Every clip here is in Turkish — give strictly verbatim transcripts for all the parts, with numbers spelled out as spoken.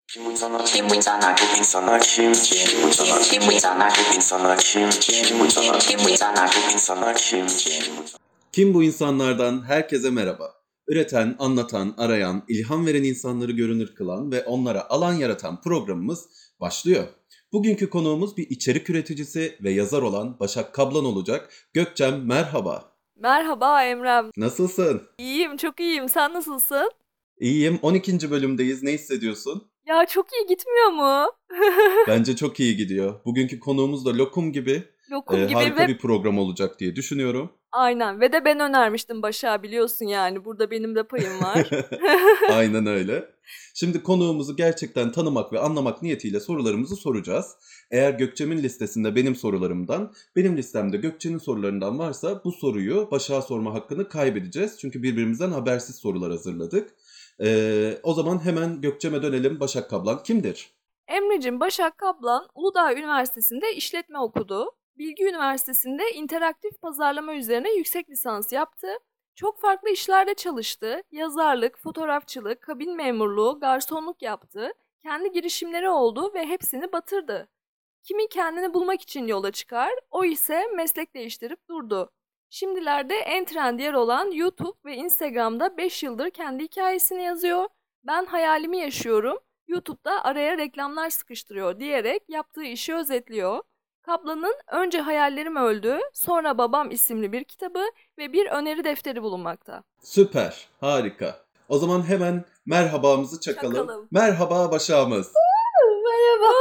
Kim bu insanlar? Kim bu insanlar? Bu insanlar kim? Kim bu insanlar? Kim bu insanlar? Bu insanlar kim? Kim bu insanlar? Kim bu insanlar? Bu insanlar kim? Kim bu insanlardan herkese merhaba. Üreten, anlatan, arayan, ilham veren insanları görünür kılan ve onlara alan yaratan programımız başlıyor. Bugünkü konuğumuz bir içerik üreticisi ve yazar olan Başak Kaplan olacak. Gökçem merhaba. Merhaba Emrem. Nasılsın? İyiyim, çok iyiyim. Sen nasılsın? İyiyim. on ikinci bölümdeyiz. Ne hissediyorsun? Ya çok iyi gitmiyor mu? Bence çok iyi gidiyor. Bugünkü konuğumuz da lokum gibi. Lokum e, gibi harika ve bir program olacak diye düşünüyorum. aynen ve de ben önermiştim Başak'a, biliyorsun yani. Burada benim de payım var. Aynen öyle. Şimdi konuğumuzu gerçekten tanımak ve anlamak niyetiyle sorularımızı soracağız. Eğer Gökçem'in listesinde benim sorularımdan, benim listemde Gökçe'nin sorularından varsa bu soruyu Başak'a sorma hakkını kaybedeceğiz. Çünkü birbirimizden habersiz sorular hazırladık. Ee, o zaman hemen Gökçem'e dönelim. Başak Kaplan kimdir? Emre'cim, Başak Kaplan Uludağ Üniversitesi'nde işletme okudu. Bilgi Üniversitesi'nde interaktif pazarlama üzerine yüksek lisans yaptı. Çok farklı işlerde çalıştı. Yazarlık, fotoğrafçılık, kabin memurluğu, garsonluk yaptı. Kendi girişimleri oldu ve hepsini batırdı. Kimi kendini bulmak için yola çıkar, o ise meslek değiştirip durdu. Şimdilerde en trend yer olan YouTube ve Instagram'da beş yıldır kendi hikayesini yazıyor. Ben hayalimi yaşıyorum, YouTube'da araya reklamlar sıkıştırıyor diyerek yaptığı işi özetliyor. Kaplan'ın önce Hayallerim Öldü, sonra Babam isimli bir kitabı ve bir öneri defteri bulunmakta. Süper, harika. O zaman hemen merhabamızı çakalım. Çakalım. Merhaba Başak'ımız. Merhaba.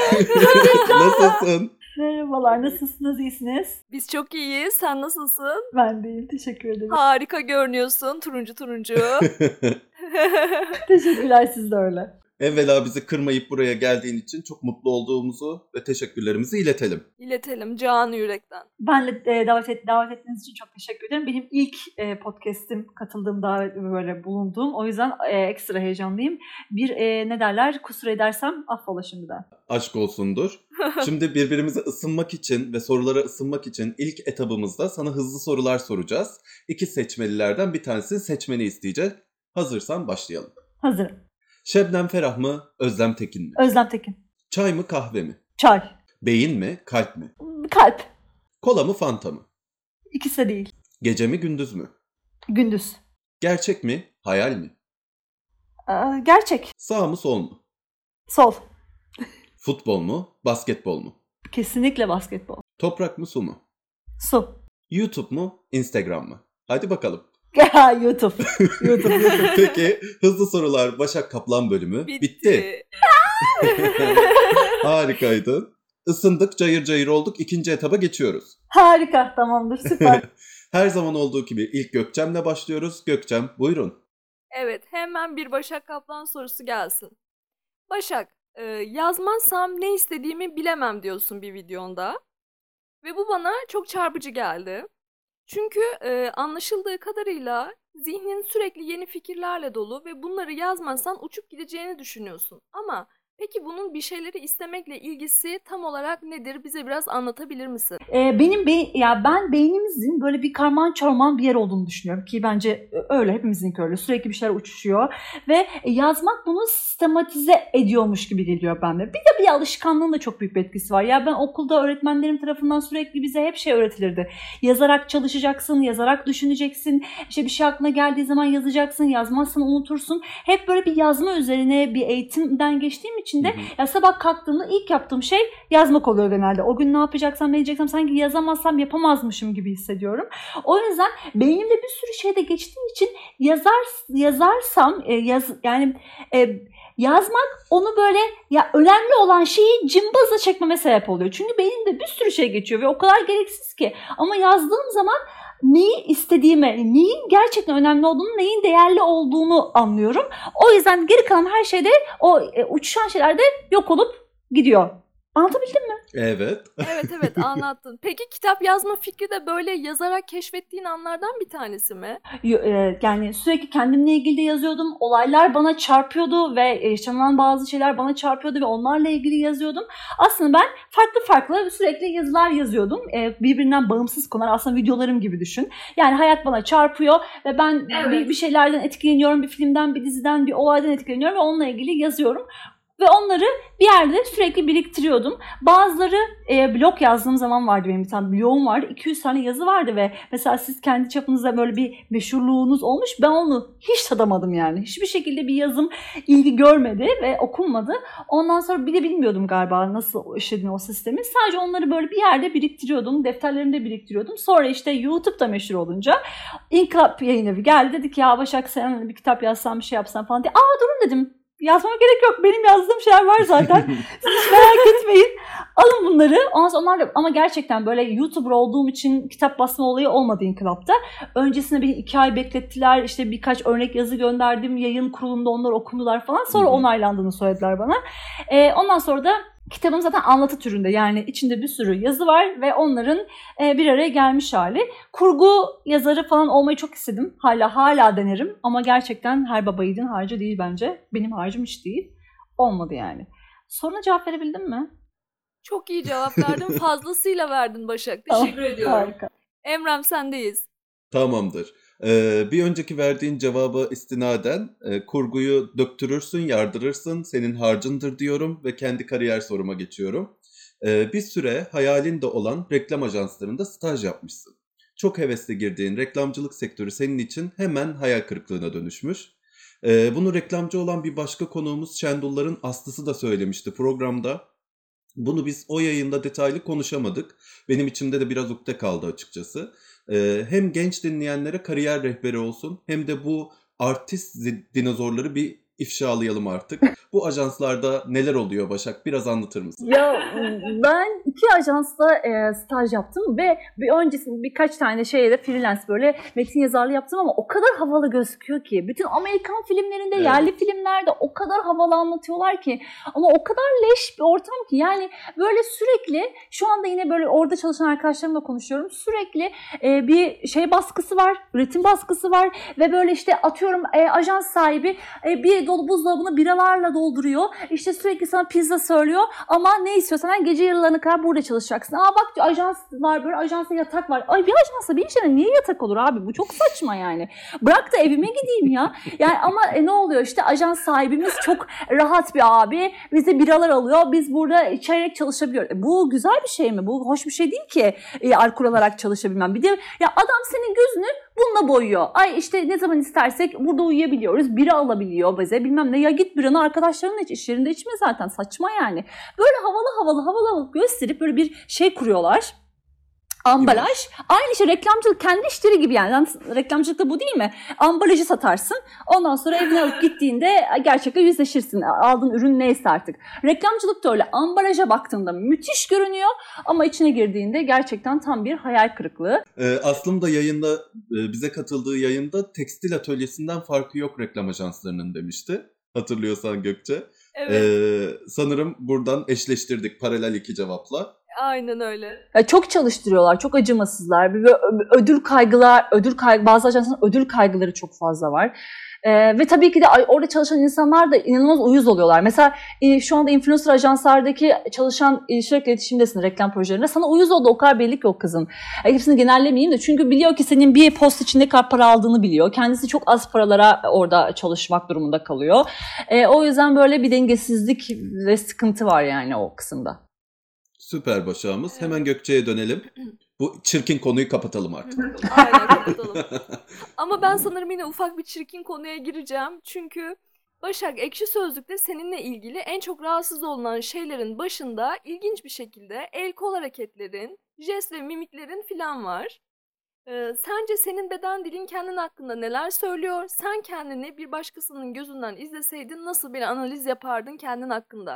Nasılsın? Merhabalar. Nasılsınız? İyisiniz? Biz çok iyiyiz, sen nasılsın? Ben de iyiyim. Teşekkür ederim. Harika görünüyorsun, turuncu turuncu. Teşekkürler, siz de öyle. Evvela bizi kırmayıp buraya geldiğin için çok mutlu olduğumuzu ve teşekkürlerimizi iletelim. İletelim canı yürekten. Ben de e, davet, et, davet ettiğiniz için çok teşekkür ederim. Benim ilk e, podcast'im, katıldığım, davet böyle bulunduğum. O yüzden e, ekstra heyecanlıyım. Bir e, ne derler, kusur edersem affola şimdiden. Aşk olsundur. Şimdi birbirimize ısınmak için ve sorulara ısınmak için ilk etabımızda sana hızlı sorular soracağız. İki seçmelilerden bir tanesini seçmeni isteyeceğiz. Hazırsan başlayalım. Hazırım. Şebnem Ferah mı, Özlem Tekin mi? Özlem Tekin. Çay mı, kahve mi? Çay. Beyin mi, kalp mi? Kalp. Kola mı, fanta mı? İkisi de değil. Gece mi, gündüz mü? Gündüz. Gerçek mi, hayal mi? Aa, gerçek. Sağ mı, sol mu? Sol. Futbol mu, basketbol mu? Kesinlikle basketbol. Toprak mı, su mu? Su. YouTube mu, Instagram mı? Hadi bakalım. YouTube. YouTube. YouTube. Peki, hızlı sorular Başak Kaplan bölümü bitti. Bitti. Harikaydın. Isındık, cayır cayır olduk. İkinci etaba geçiyoruz. Harika. Tamamdır. Süper. Her zaman olduğu gibi ilk Gökçem'le başlıyoruz. Gökçem, buyurun. Evet, hemen bir Başak Kaplan sorusu gelsin. Başak, e, yazmazsam ne istediğimi bilemem diyorsun bir videonda. Ve bu bana çok çarpıcı geldi. Çünkü e, anlaşıldığı kadarıyla zihnin sürekli yeni fikirlerle dolu ve bunları yazmazsan uçup gideceğini düşünüyorsun. Ama peki bunun bir şeyleri istemekle ilgisi tam olarak nedir? Bize biraz anlatabilir misin? Ee, benim be ya ben beynimizin böyle bir karman çorman bir yer olduğunu düşünüyorum ki bence öyle, hepimizinki öyle. Sürekli bir şeyler uçuşuyor ve yazmak bunu sistematize ediyormuş gibi geliyor bende. Bir de bir alışkanlığın da çok büyük bir etkisi var. Ya ben okulda öğretmenlerim tarafından sürekli bize hep şey öğretilirdi. Yazarak çalışacaksın, yazarak düşüneceksin. İşte bir şey aklına geldiği zaman yazacaksın, yazmazsan unutursun. Hep böyle bir yazma üzerine bir eğitimden geçtiğim için de ya sabah kalktığımda ilk yaptığım şey yazmak oluyor genelde. O gün ne yapacaksam, ne diyeceksem sanki yazamazsam yapamazmışım gibi hissediyorum. O yüzden beynimde bir sürü şeyde geçtiğim için yazar yazarsam e, yaz yani e, yazmak onu böyle ya önemli olan şeyi cımbızla çekmeme sebep oluyor. Çünkü beynimde bir sürü şey geçiyor ve o kadar gereksiz ki. Ama yazdığım zaman neyi istediğimi, neyin gerçekten önemli olduğunu, neyin değerli olduğunu anlıyorum. O yüzden geri kalan her şeyde o e, uçuşan şeyler de yok olup gidiyor. Anlatabildim mi? Evet. Evet evet anlattın. Peki kitap yazma fikri de böyle yazarak keşfettiğin anlardan bir tanesi mi? Yani sürekli kendimle ilgili de yazıyordum. Olaylar bana çarpıyordu ve yaşanan bazı şeyler bana çarpıyordu ve onlarla ilgili yazıyordum. Aslında ben farklı farklı sürekli yazılar yazıyordum. Birbirinden bağımsız konular, aslında videolarım gibi düşün. Yani hayat bana çarpıyor ve ben evet. bir, bir şeylerden etkileniyorum. Bir filmden, bir diziden, bir olaydan etkileniyorum ve onunla ilgili yazıyorum. Ve onları bir yerde sürekli biriktiriyordum. Bazıları e, blog yazdığım zaman vardı, benim bir tane blogum vardı. iki yüz tane yazı vardı ve mesela siz kendi çapınızda böyle bir meşhurluğunuz olmuş. Ben onu hiç tadamadım yani. Hiçbir şekilde bir yazım ilgi görmedi ve okunmadı. Ondan sonra bir de bilmiyordum galiba nasıl işlediğini o sistemi. Sadece onları böyle bir yerde biriktiriyordum. Defterlerimde biriktiriyordum. Sonra işte YouTube'da meşhur olunca İnkılap Yayın Evi geldi. Dedi ki ya Başak sen bir kitap yazsan bir şey yapsan falan diye. Aa durun dedim. Yazmama gerek yok. Benim yazdığım şeyler var zaten. Siz hiç merak etmeyin. Alın bunları. Ondan sonra onlar da, ama gerçekten böyle YouTuber olduğum için kitap basma olayı olmadı İnkılap'ta. Öncesinde beni iki ay beklettiler. İşte birkaç örnek yazı gönderdim. Yayın kurulunda onlar okundular falan. Sonra onaylandığını söylediler bana. Ee, ondan sonra da kitabım zaten anlatı türünde, yani içinde bir sürü yazı var ve onların e, bir araya gelmiş hali. Kurgu yazarı falan olmayı çok istedim. Hala hala denerim ama gerçekten her baba yiğidin harcı değil bence. Benim harcım hiç değil. Olmadı yani. Soruna cevap verebildim mi? Çok iyi cevap verdin. Fazlasıyla verdin Başak. Teşekkür ediyorum. Harika. Emrem sendeyiz. Tamamdır. Ee, bir önceki verdiğin cevaba istinaden e, kurguyu döktürürsün, yardırırsın, senin harcındır diyorum ve kendi kariyer soruma geçiyorum. Ee, bir süre hayalinde olan reklam ajanslarında staj yapmışsın. Çok hevesle girdiğin reklamcılık sektörü senin için hemen hayal kırıklığına dönüşmüş. Ee, bunu reklamcı olan bir başka konuğumuz Şendulların Aslısı da söylemişti programda. Bunu biz o yayında detaylı konuşamadık. Benim içimde de biraz ukde kaldı açıkçası. Ee, hem genç dinleyenlere kariyer rehberi olsun hem de bu artist dinozorları bir ifşalayalım artık. Bu ajanslarda neler oluyor Başak? Biraz anlatır mısın? Ya ben iki ajansta e, staj yaptım ve bir öncesinde birkaç tane şeyde freelance böyle metin yazarlığı yaptım ama o kadar havalı gözüküyor ki. Bütün Amerikan filmlerinde, Evet. yerli filmlerde o kadar havalı anlatıyorlar ki. Ama o kadar leş bir ortam ki, yani böyle sürekli, şu anda yine böyle orada çalışan arkadaşlarımla konuşuyorum. Sürekli e, bir şey baskısı var, üretim baskısı var ve böyle işte atıyorum e, ajans sahibi e, bir dolu buzdolabını biralarla dolduruyor. İşte sürekli sana pizza söylüyor ama ne istiyorsan yani gece yarılarına kadar burada çalışacaksın. Aa bak diyor, ajans var, böyle ajansa yatak var. Ay bir ajansa bir işine niye yatak olur abi? Bu çok saçma yani. Bırak da evime gideyim ya. Yani ama e, ne oluyor işte, ajans sahibimiz çok rahat bir abi. Bize biralar alıyor. Biz burada içerek çalışabiliyoruz. E, bu güzel bir şey mi? Bu hoş bir şey değil ki e, alkol alarak çalışabilmem. Bir de ya adam senin gözünü bununla boyuyor. Ay işte ne zaman istersek burada uyuyabiliyoruz. Bira alabiliyor bize bilmem ne. Ya git biranı arkadaşlarınla iç. İş yerinde içme zaten. Saçma yani. Böyle havalı havalı havalı havalı gösterip böyle bir şey kuruyorlar. Ambalaj. Aynı şey reklamcılık, kendi işleri gibi yani. Yani reklamcılıkta bu değil mi? Ambalajı satarsın. Ondan sonra evine alıp gittiğinde gerçekle yüzleşirsin. Aldığın ürün neyse artık. Reklamcılık da öyle. Ambalaja baktığında müthiş görünüyor ama içine girdiğinde gerçekten tam bir hayal kırıklığı. Ee, Aslım da yayında, e, bize katıldığı yayında tekstil atölyesinden farkı yok reklam ajanslarının demişti. Hatırlıyorsan Gökçe. Evet. Ee, sanırım buradan eşleştirdik paralel iki cevapla. Aynen öyle. Ya çok çalıştırıyorlar, çok acımasızlar. Bir ödül kaygılar, ödül kaygı, bazı ajansların ödül kaygıları çok fazla var. Ee, ve tabii ki de orada çalışan insanlar da inanılmaz uyuz oluyorlar. Mesela e, şu anda influencer ajanslardaki çalışan e, sürekli iletişimdesin reklam projelerinde. Sana uyuz oldu, o kadar belli ki o kızın. E, hepsini genellemeyeyim de, çünkü biliyor ki senin bir post için ne kadar para aldığını biliyor. Kendisi çok az paralara orada çalışmak durumunda kalıyor. E, o yüzden böyle bir dengesizlik ve sıkıntı var yani o kısımda. Süper Başağımız. Hemen Gökçe'ye dönelim. Bu çirkin konuyu kapatalım artık. Aynen kapatalım. Ama ben sanırım yine ufak bir çirkin konuya gireceğim. Çünkü Başak, Ekşi Sözlük'te seninle ilgili en çok rahatsız olunan şeylerin başında ilginç bir şekilde el kol hareketlerin, jest ve mimiklerin filan var. Ee, sence senin beden dilin kendin hakkında neler söylüyor? Sen kendini bir başkasının gözünden izleseydin nasıl bir analiz yapardın kendin hakkında?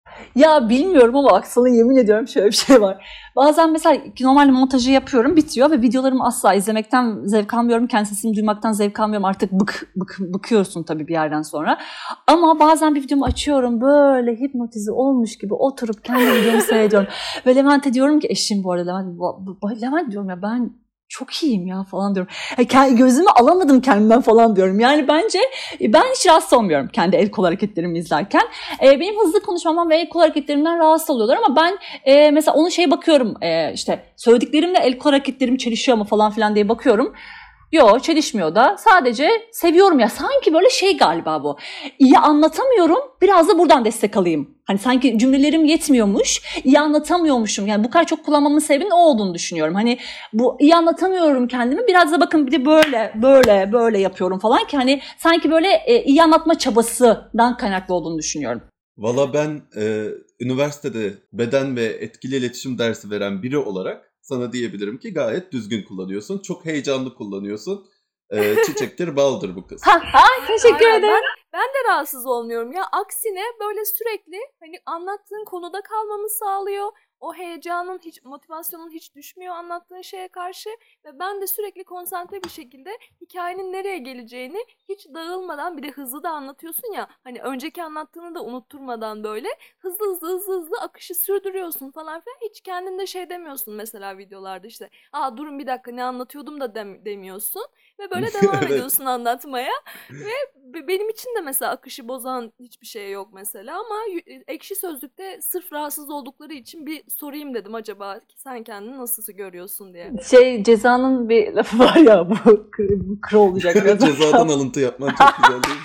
Ya bilmiyorum ama bak sana yemin ediyorum şöyle bir şey var. Bazen mesela normalde montajı yapıyorum, bitiyor ve videolarımı asla izlemekten zevk almıyorum. Kendi sesimi duymaktan zevk almıyorum. Artık bık, bık, bıkıyorsun tabii bir yerden sonra. Ama bazen bir videomu açıyorum, böyle hipnotize olmuş gibi oturup kendi videomu seyrediyorum. Ve Levent'e diyorum ki, eşim bu arada Levent, Levent diyorum ya ben çok iyiyim ya falan diyorum. Yani gözümü alamadım kendimden falan diyorum. Yani bence ben hiç rahatsız olmuyorum kendi el kol hareketlerimi izlerken. Ee, benim hızlı konuşmamdan ve el kol hareketlerimden rahatsız oluyorlar ama ben e, mesela onu şeye bakıyorum, e, işte söylediklerimle el kol hareketlerim çelişiyor mu falan filan diye bakıyorum. Yo, çelişmiyor da. Sadece seviyorum ya. Sanki böyle şey galiba bu. İyi anlatamıyorum. Biraz da buradan destek alayım. Hani sanki cümlelerim yetmiyormuş. İyi anlatamıyormuşum. Yani bu kadar çok kullanmamın sebebinin o olduğunu düşünüyorum. Hani bu iyi anlatamıyorum kendimi. Biraz da bakın bir de böyle böyle böyle yapıyorum falan ki hani sanki böyle e, iyi anlatma çabasından kaynaklı olduğunu düşünüyorum. Valla ben e, üniversitede beden ve etkili iletişim dersi veren biri olarak sana diyebilirim ki gayet düzgün kullanıyorsun. Çok heyecanlı kullanıyorsun. E, çiçektir baldır bu kız. Ha, ha, teşekkür Aynen, ederim. Ben, ben de rahatsız olmuyorum ya. Aksine böyle sürekli hani anlattığın konuda kalmamı sağlıyor. O heyecanın hiç, motivasyonun hiç düşmüyor anlattığın şeye karşı. Ve ben de sürekli konsantre bir şekilde hikayenin nereye geleceğini hiç dağılmadan, bir de hızlı da anlatıyorsun ya. Hani önceki anlattığını da unutturmadan böyle hızlı hızlı hızlı hızlı akışı sürdürüyorsun falan filan. Hiç kendinde şey demiyorsun mesela videolarda işte. Aa durun bir dakika ne anlatıyordum da dem- demiyorsun. Ve böyle devam Evet. ediyorsun anlatmaya. Ve benim için de mesela akışı bozan hiçbir şey yok mesela, ama y- Ekşi Sözlük'te sırf rahatsız oldukları için bir sorayım dedim, acaba sen kendini nasıl görüyorsun diye. Şey, Ceza'nın bir lafı var ya, bu, bu kro olacak biraz. Cezadan alıntı yapman çok güzel değil mi?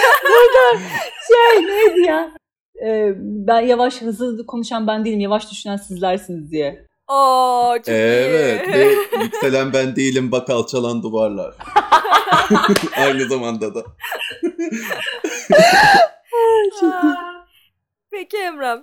Şey neydi ya? Ee, ben yavaş hızlı konuşan ben değilim, yavaş düşünen sizlersiniz diye. Oo çok Evet iyi. ve yükselen ben değilim bak alçalan duvarlar. Aynı zamanda da. Aa, Peki Emrem.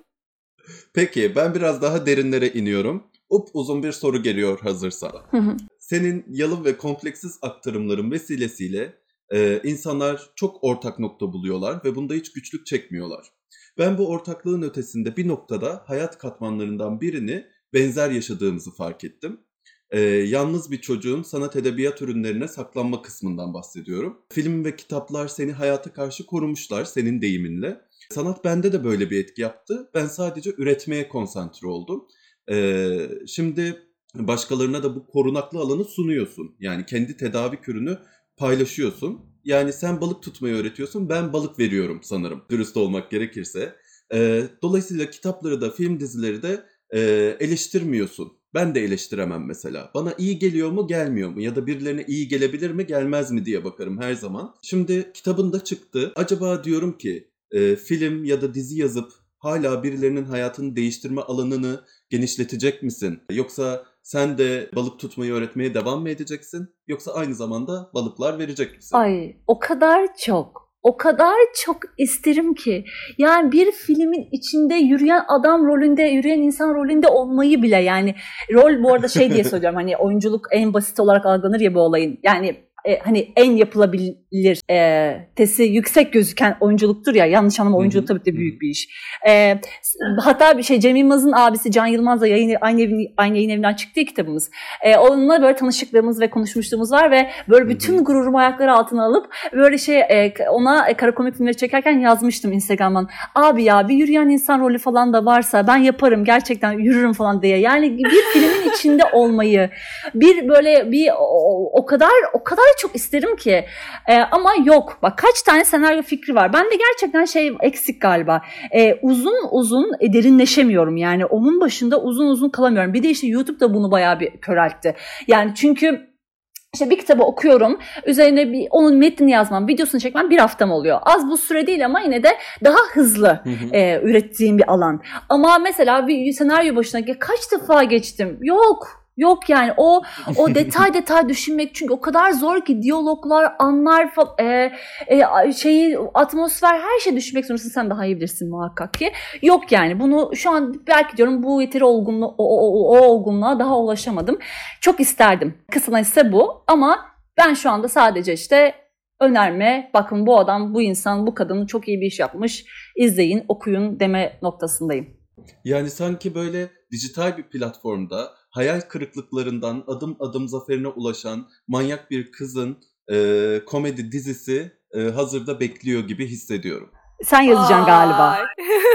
Peki ben biraz daha derinlere iniyorum. Up uzun bir soru geliyor hazırsan. Hı hı. Senin yalın ve kompleksiz aktarımların vesilesiyle e, insanlar çok ortak nokta buluyorlar ve bunda hiç güçlük çekmiyorlar. Ben bu ortaklığın ötesinde bir noktada hayat katmanlarından birini benzer yaşadığımızı fark ettim. E, yalnız bir çocuğun sanat edebiyat ürünlerine saklanma kısmından bahsediyorum. Film ve kitaplar seni hayata karşı korumuşlar senin deyiminle. Sanat bende de böyle bir etki yaptı. Ben sadece üretmeye konsantre oldum. Ee, şimdi başkalarına da bu korunaklı alanı sunuyorsun. Yani kendi tedavi ürünü paylaşıyorsun. Yani sen balık tutmayı öğretiyorsun, ben balık veriyorum sanırım. Dürüst olmak gerekirse. Ee, dolayısıyla kitapları da, film dizileri de e, eleştirmiyorsun. Ben de eleştiremem mesela. Bana iyi geliyor mu, gelmiyor mu? Ya da birilerine iyi gelebilir mi, gelmez mi diye bakarım her zaman. Şimdi kitabın da çıktı. Acaba diyorum ki e, film ya da dizi yazıp hala birilerinin hayatını değiştirme alanını genişletecek misin? Yoksa sen de balık tutmayı öğretmeye devam mı edeceksin? Yoksa aynı zamanda balıklar verecek misin? Ay, o kadar çok, o kadar çok isterim ki. Yani bir filmin içinde yürüyen adam rolünde, yürüyen insan rolünde olmayı bile, yani rol bu arada şey diye söylüyorum, hani oyunculuk en basit olarak algılanır ya bu olayın. Yani e, hani en yapılabilir e, tesi yüksek gözüken oyunculuktur ya. Yanlış anlama, oyunculuk tabii ki de büyük bir iş. E, hatta bir şey, Cem Yılmaz'ın abisi Can Yılmaz'la yayın, aynı, evin, aynı yayın evinden çıktı ya kitabımız. E, onunla böyle tanışıklığımız ve konuşmuşluğumuz var ve böyle bütün gururumu ayakları altına alıp böyle şey e, ona e, kara komik filmleri çekerken yazmıştım Instagram'dan. Abi ya bir yürüyen insan rolü falan da varsa ben yaparım, gerçekten yürürüm falan diye. Yani bir filmin içinde olmayı, bir böyle bir o, o kadar o kadar çok isterim ki. E, ama yok. Bak kaç tane senaryo fikri var. Ben de gerçekten şey eksik galiba. E, uzun uzun e, derinleşemiyorum. Yani onun başında uzun uzun kalamıyorum. Bir de işte YouTube da bunu bayağı bir köreltti. Yani çünkü İşte bir kitabı okuyorum, üzerine bir onun metnini yazmam, videosunu çekmem bir haftam oluyor. Az bu süre değil ama yine de daha hızlı e, ürettiğim bir alan. Ama mesela bir senaryo başına kaç defa geçtim? Yok. Yok yani o o detay detay düşünmek, çünkü o kadar zor ki diyaloglar, anlar, e, e, şeyi, atmosfer, her şey düşünmek zorundasın. Sen daha iyi bilirsin muhakkak ki. Yok yani bunu şu an belki diyorum bu yeteri olgunluğa, o, o, o olgunluğa daha ulaşamadım. Çok isterdim. Kısmen ise bu, ama ben şu anda sadece işte önerme, bakın bu adam, bu insan, bu kadın çok iyi bir iş yapmış, izleyin, okuyun deme noktasındayım. Yani sanki böyle dijital bir platformda hayal kırıklıklarından adım adım zaferine ulaşan manyak bir kızın e, komedi dizisi e, hazırda bekliyor gibi hissediyorum. Sen yazacaksın galiba. Ay.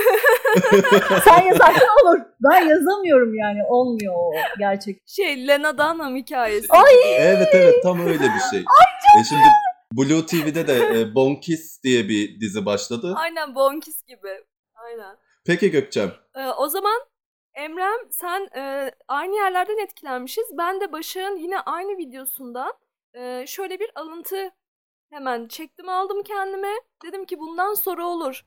Sen yazarsan olur. Ben yazamıyorum yani. Olmuyor o gerçek. Şey, Lena Dunham hikayesi. Ay! Evet evet tam öyle bir şey. E, şimdi Blue T V'de de e, Bonkis diye bir dizi başladı. Aynen, Bonkis gibi. Aynen. Peki Gökçem. Ee, o zaman Emrem, sen e, aynı yerlerden etkilenmişiz. Ben de Başak'ın yine aynı videosundan e, şöyle bir alıntı hemen çektim aldım kendime. Dedim ki bundan sonra olur.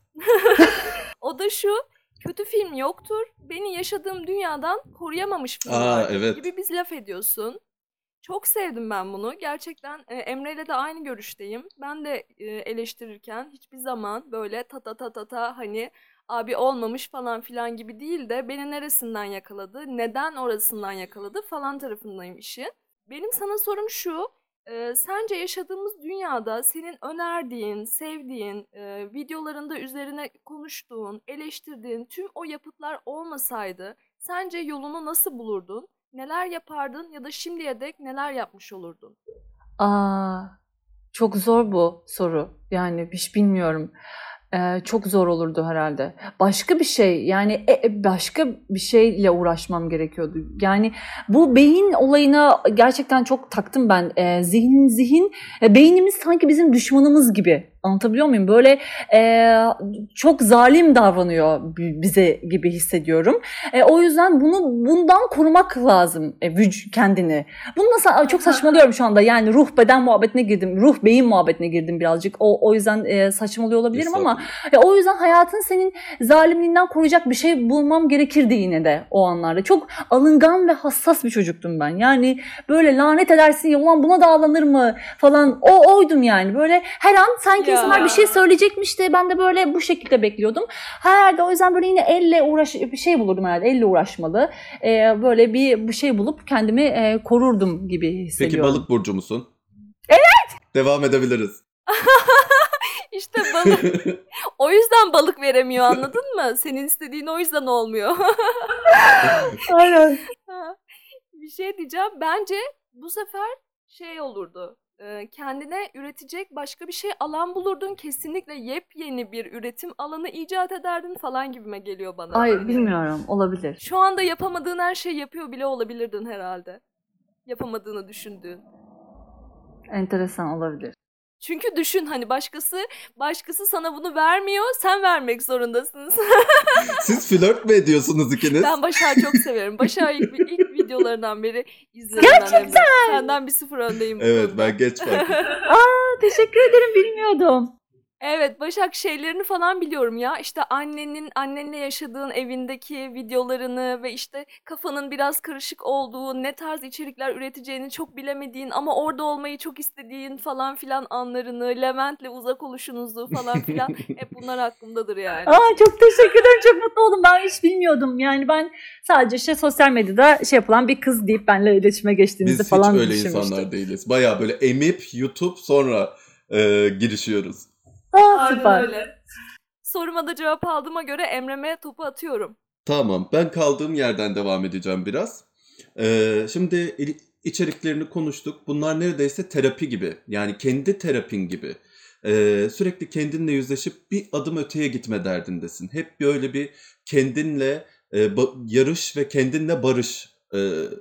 O da şu: kötü film yoktur. Beni yaşadığım dünyadan koruyamamış film Aa, vardır evet. gibi bir laf ediyorsun. Çok sevdim ben bunu. Gerçekten e, Emre'yle de aynı görüşteyim. Ben de e, eleştirirken hiçbir zaman böyle ta ta ta ta ta hani abi olmamış falan filan gibi değil de beni neresinden yakaladı, neden orasından yakaladı falan tarafındayım işin. Benim sana sorum şu: e, sence yaşadığımız dünyada senin önerdiğin, sevdiğin, e, videolarında üzerine konuştuğun, eleştirdiğin tüm o yapıtlar olmasaydı sence yolunu nasıl bulurdun? Neler yapardın ya da şimdiye dek neler yapmış olurdun? Aa, çok zor bu soru. Yani hiç bilmiyorum. Ee, çok zor olurdu herhalde. Başka bir şey, yani e, e, başka bir şeyle uğraşmam gerekiyordu. Yani bu beyin olayına gerçekten çok taktım ben. Ee, zihin zihin e, beynimiz sanki bizim düşmanımız gibi. Anlatabiliyor muyum? Böyle e, çok zalim davranıyor bize gibi hissediyorum. E, o yüzden bunu bundan korumak lazım e, vüc- kendini. Bunu nasıl, çok saçmalıyorum şu anda. Yani ruh beden muhabbetine girdim. Ruh beyin muhabbetine girdim birazcık. O o yüzden e, saçmalıyor olabilirim ama e, o yüzden hayatın senin zalimliğinden koruyacak bir şey bulmam gerekirdi yine de o anlarda. Çok alıngan ve hassas bir çocuktum ben. Yani böyle lanet edersin ya, ulan buna da ağlanır mı falan. O oydum yani. Böyle her an sanki İnsanlar bir şey söyleyecekmiş de ben de böyle bu şekilde bekliyordum. Herhalde o yüzden böyle yine elle uğraş bir şey bulurdum herhalde. Elle uğraşmalı. Ee, böyle bir bir şey bulup kendimi e, korurdum gibi hissediyorum. Peki balık burcu musun? Evet. Devam edebiliriz. İşte balık. O yüzden balık veremiyor, anladın mı? Senin istediğin o yüzden olmuyor. Aynen. Bir şey diyeceğim. Bence bu sefer şey olurdu. Kendine üretecek başka bir şey alan bulurdun. Kesinlikle yepyeni bir üretim alanı icat ederdin falan gibime geliyor bana. Ay bilmiyorum, olabilir. Şu anda yapamadığın her şeyi yapıyor bile olabilirdin herhalde. Yapamadığını düşündüğün. Enteresan olabilir. Çünkü düşün, hani başkası başkası sana bunu vermiyor, sen vermek zorundasın. Siz flört mü ediyorsunuz ikiniz? Ben Başak'ı çok severim. Başak'ı ilk, ilk videolarından beri izledim. Gerçekten. Senden bir sıfır öndeyim bu Evet, konuda. ben geç fark ettim. Aa, teşekkür ederim, bilmiyordum. Evet, Başak şeylerini falan biliyorum ya. İşte annenin annenle yaşadığın evindeki videolarını ve işte kafanın biraz karışık olduğu, ne tarz içerikler üreteceğini çok bilemediğin ama orada olmayı çok istediğin falan filan anlarını, Levent'le uzak oluşunuzu falan filan hep bunlar aklımdadır yani. Aa, çok teşekkür ederim, çok mutlu oldum. Ben hiç bilmiyordum. Yani ben sadece işte sosyal medyada şey yapılan bir kız deyip benimle iletişime geçtiğinizi Biz falan hiç öyle düşünmüştüm. insanlar değiliz. Bayağı böyle emip YouTube sonra e, girişiyoruz. Aa, süper. Öyle. Soruma da cevap aldığıma göre Emre'me topu atıyorum. Tamam, ben kaldığım yerden devam edeceğim biraz. Ee, şimdi içeriklerini konuştuk. Bunlar neredeyse terapi gibi. Yani kendi terapin gibi. Ee, sürekli kendinle yüzleşip bir adım öteye gitme derdindesin. Hep böyle bir kendinle e, ba- yarış ve kendinle barış e,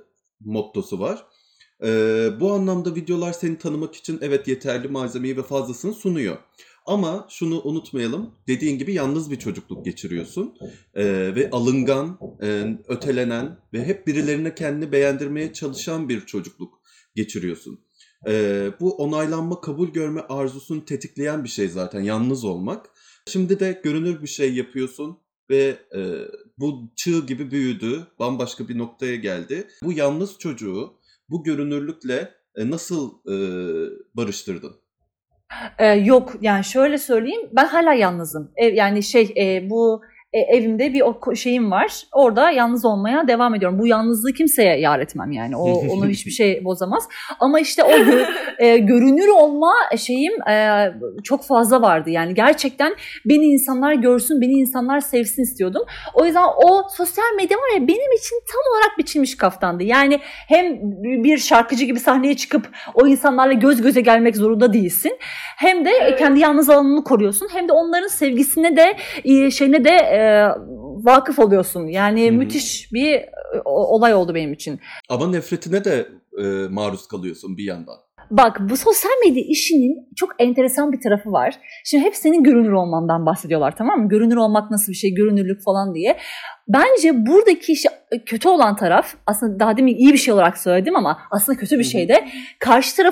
mottosu var. Ee, bu anlamda videolar seni tanımak için evet yeterli malzemeyi ve fazlasını sunuyor. Ama şunu unutmayalım, dediğin gibi yalnız bir çocukluk geçiriyorsun ee, ve alıngan, e, ötelenen ve hep birilerine kendini beğendirmeye çalışan bir çocukluk geçiriyorsun. Ee, bu onaylanma, kabul görme arzusunu tetikleyen bir şey zaten, yalnız olmak. Şimdi de görünür bir şey yapıyorsun ve e, bu çığ gibi büyüdü, bambaşka bir noktaya geldi. Bu yalnız çocuğu bu görünürlükle e, nasıl e, barıştırdın? Ee, yok yani şöyle söyleyeyim, ben hala yalnızım. Ev, yani şey e, bu e, evimde bir o şeyim var. Orada yalnız olmaya devam ediyorum. Bu yalnızlığı kimseye yar etmem yani. O onu hiçbir şey bozamaz. Ama işte o gö- e, görünür olma şeyim e, çok fazla vardı. Yani gerçekten beni insanlar görsün, beni insanlar sevsin istiyordum. O yüzden o sosyal medya var ya, benim için tam olarak biçilmiş kaftandı. Yani hem bir şarkıcı gibi sahneye çıkıp o insanlarla göz göze gelmek zorunda değilsin. Hem de evet. kendi yalnız alanını koruyorsun. Hem de onların sevgisine de şeyine de e, vakıf oluyorsun. Yani hmm. müthiş bir olay oldu benim için. Ama nefretine de e, maruz kalıyorsun bir yandan. Bak, bu sosyal medya işinin çok enteresan bir tarafı var. Şimdi hep senin görünür olmandan bahsediyorlar, tamam mı? Görünür olmak nasıl bir şey, görünürlük falan diye. Bence buradaki işte kötü olan taraf, aslında daha demin iyi bir şey olarak söyledim ama aslında kötü bir şey de, karşı tarafın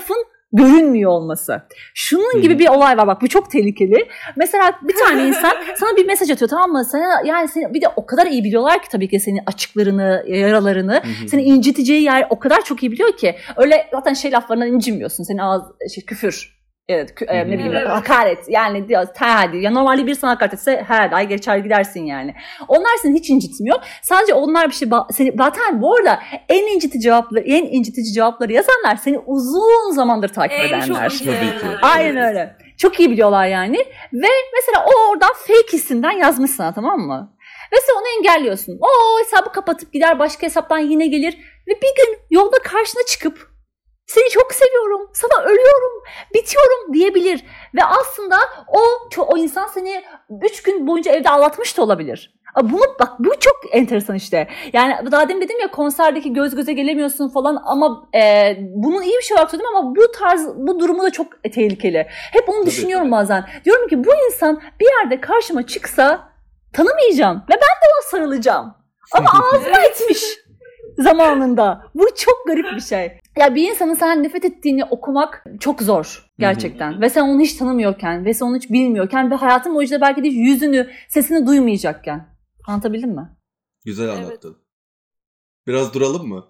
görünmüyor olması. Şunun gibi bir olay var bak, bu çok tehlikeli. Mesela bir tane insan sana bir mesaj atıyor, tamam mı? Sana, yani seni bir de o kadar iyi biliyorlar ki tabii ki senin açıklarını, yaralarını, seni inciteceği yer o kadar çok iyi biliyor ki. Öyle zaten şey laflarından incinmiyorsun. Senin ağız şey, küfür. Evet, kü- e, ne bileyim, evet. hakaret yani diyor, hadi ya normalde bir sana hakaret etse her ay geçer gidersin yani. Onlar seni hiç incitmiyor. Sadece onlar bir şey ba- seni zaten bu arada en incitici cevapları, en incitici cevapları yazanlar seni uzun zamandır takip en edenler. Çok Tabii ki. Aynen öyle. Çok iyi biliyorlar yani. Ve mesela o oradan fake isimden yazmış sana, tamam mı? Ve sen onu engelliyorsun. O hesabı kapatıp gider, başka hesaptan yine gelir ve bir gün yolda karşına çıkıp seni çok seviyorum, sana ölüyorum, bitiyorum diyebilir. Ve aslında o o insan seni üç gün boyunca evde ağlatmış da olabilir. Bunu bak, bu çok enteresan işte. Yani daha demin dedim ya, konserdeki göz göze gelemiyorsun falan ama e, bunun iyi bir şey olarak söyledim ama bu tarz, bu durumu da çok tehlikeli. Hep onu düşünüyorum tabii, bazen. Diyorum ki bu insan bir yerde karşıma çıksa tanımayacağım ve ben de ona sarılacağım. Ama ağzıma etmiş zamanında. Bu çok garip bir şey. Ya bir insanın senden nefret ettiğini okumak çok zor gerçekten. Hı-hı. Ve sen onu hiç tanımıyorken ve sen onu hiç bilmiyorken ve hayatın boyunca belki de yüzünü, sesini duymayacakken. Anlatabildim mi? Güzel anlattın. Evet. Biraz duralım mı?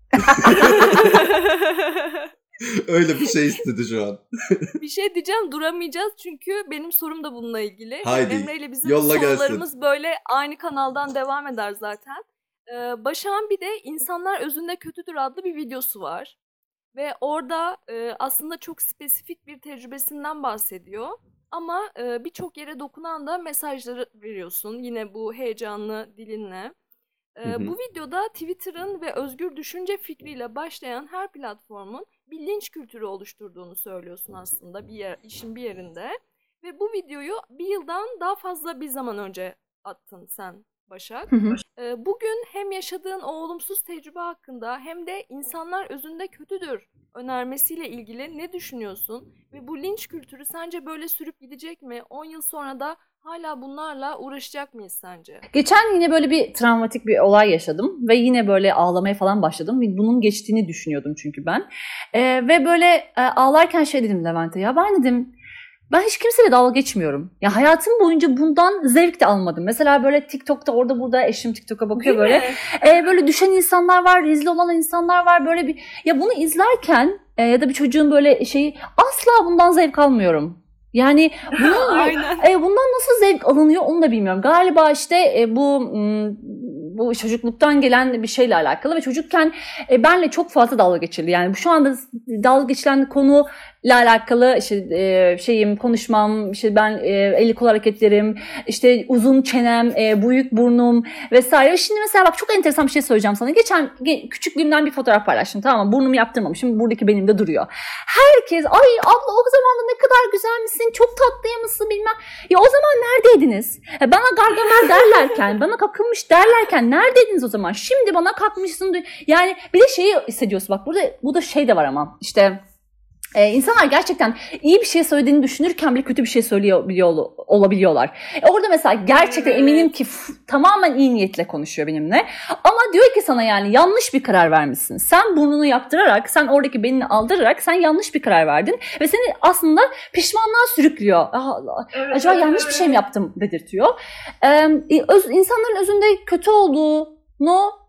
Öyle bir şey istedi şu an. Bir şey diyeceğim, duramayacağız çünkü benim sorum da bununla ilgili. Haydi, Emre ile bizim yolla sorularımız gelsin. böyle aynı kanaldan devam eder zaten. Ee, Başak'ın bir de İnsanlar Özünde Kötüdür adlı bir videosu var. Ve orada e, aslında çok spesifik bir tecrübesinden bahsediyor. Ama e, birçok yere dokunan da mesajları veriyorsun yine bu heyecanlı dilinle. E, hı hı. Bu videoda Twitter'ın ve özgür düşünce fikriyle başlayan her platformun bir linç kültürü oluşturduğunu söylüyorsun aslında bir yer, işin bir yerinde. Ve bu videoyu bir yıldan daha fazla bir zaman önce attın sen, Başak. Hı hı. Bugün hem yaşadığın o olumsuz tecrübe hakkında hem de insanlar özünde kötüdür önermesiyle ilgili ne düşünüyorsun? Ve bu linç kültürü sence böyle sürüp gidecek mi? on yıl sonra da hala bunlarla uğraşacak mıyız sence? Geçen yine böyle bir travmatik bir olay yaşadım ve yine böyle ağlamaya falan başladım. Bunun geçtiğini düşünüyordum çünkü ben. Ee, ve böyle e, ağlarken şey dedim Levent'e, ya ben dedim ben hiç kimseyle dalga geçmiyorum. Ya hayatım boyunca bundan zevk de almadım. Mesela böyle TikTok'ta orada burada eşim TikTok'a bakıyor değil böyle. E, böyle düşen insanlar var, rezil olan insanlar var. Böyle bir ya bunu izlerken e, ya da bir çocuğun böyle şeyi asla bundan zevk almıyorum. Yani bunun, e, bundan nasıl zevk alınıyor onu da bilmiyorum. Galiba işte e, bu m, bu çocukluktan gelen bir şeyle alakalı ve çocukken e, benle çok fazla dalga geçildi. Yani şu anda dalga geçilen konuyla alakalı işte e, şeyim, konuşmam, işte ben e, el kol hareketlerim, işte uzun çenem, e, büyük burnum vesaire. Şimdi mesela bak çok enteresan bir şey söyleyeceğim sana. Geçen ge- küçüklüğümden bir fotoğraf paylaştım, tamam mı? Burnumu yaptırmamışım. Buradaki benim de duruyor. Herkes ay abla o zaman da ne kadar güzel misin? Çok tatlıymışsın bilmem. Ya o zaman neredeydiniz? Ya bana Gargamel derlerken, bana kakılmış derlerken neredeydiniz o zaman? Şimdi bana kalkmışsın. Yani bir de şeyi hissediyorsun bak burada bu da şey de var ama işte Ee, insanlar gerçekten iyi bir şey söylediğini düşünürken bile kötü bir şey söyleyebiliyor olabiliyorlar. E orada mesela gerçekten evet. eminim ki f- tamamen iyi niyetle konuşuyor benimle. Ama diyor ki sana yani yanlış bir karar vermişsin. Sen burnunu yaptırarak, sen oradaki benini aldırarak sen yanlış bir karar verdin. Ve seni aslında pişmanlığa sürüklüyor. Allah, evet, acaba evet, yanlış evet. bir şey mi yaptım dedirtiyor. Ee, öz, insanların özünde kötü olduğunu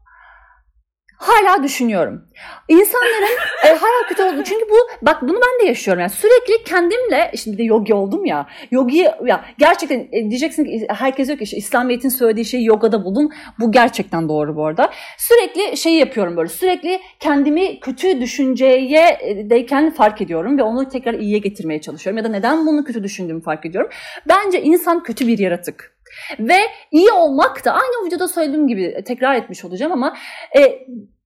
hala düşünüyorum. İnsanların e, hala kötü olduğu çünkü bu bak bunu ben de yaşıyorum yani sürekli kendimle şimdi bir de yogi oldum ya yogi ya gerçekten e, diyeceksin ki herkes diyor ki işte İslamiyet'in söylediği şeyi yogada buldum. Bu gerçekten doğru bu arada. Sürekli şeyi yapıyorum böyle sürekli kendimi kötü düşünceye deyken fark ediyorum ve onu tekrar iyiye getirmeye çalışıyorum ya da neden bunu kötü düşündüğümü fark ediyorum. Bence insan kötü bir yaratık. Ve iyi olmak da aynı videoda söylediğim gibi tekrar etmiş olacağım ama e,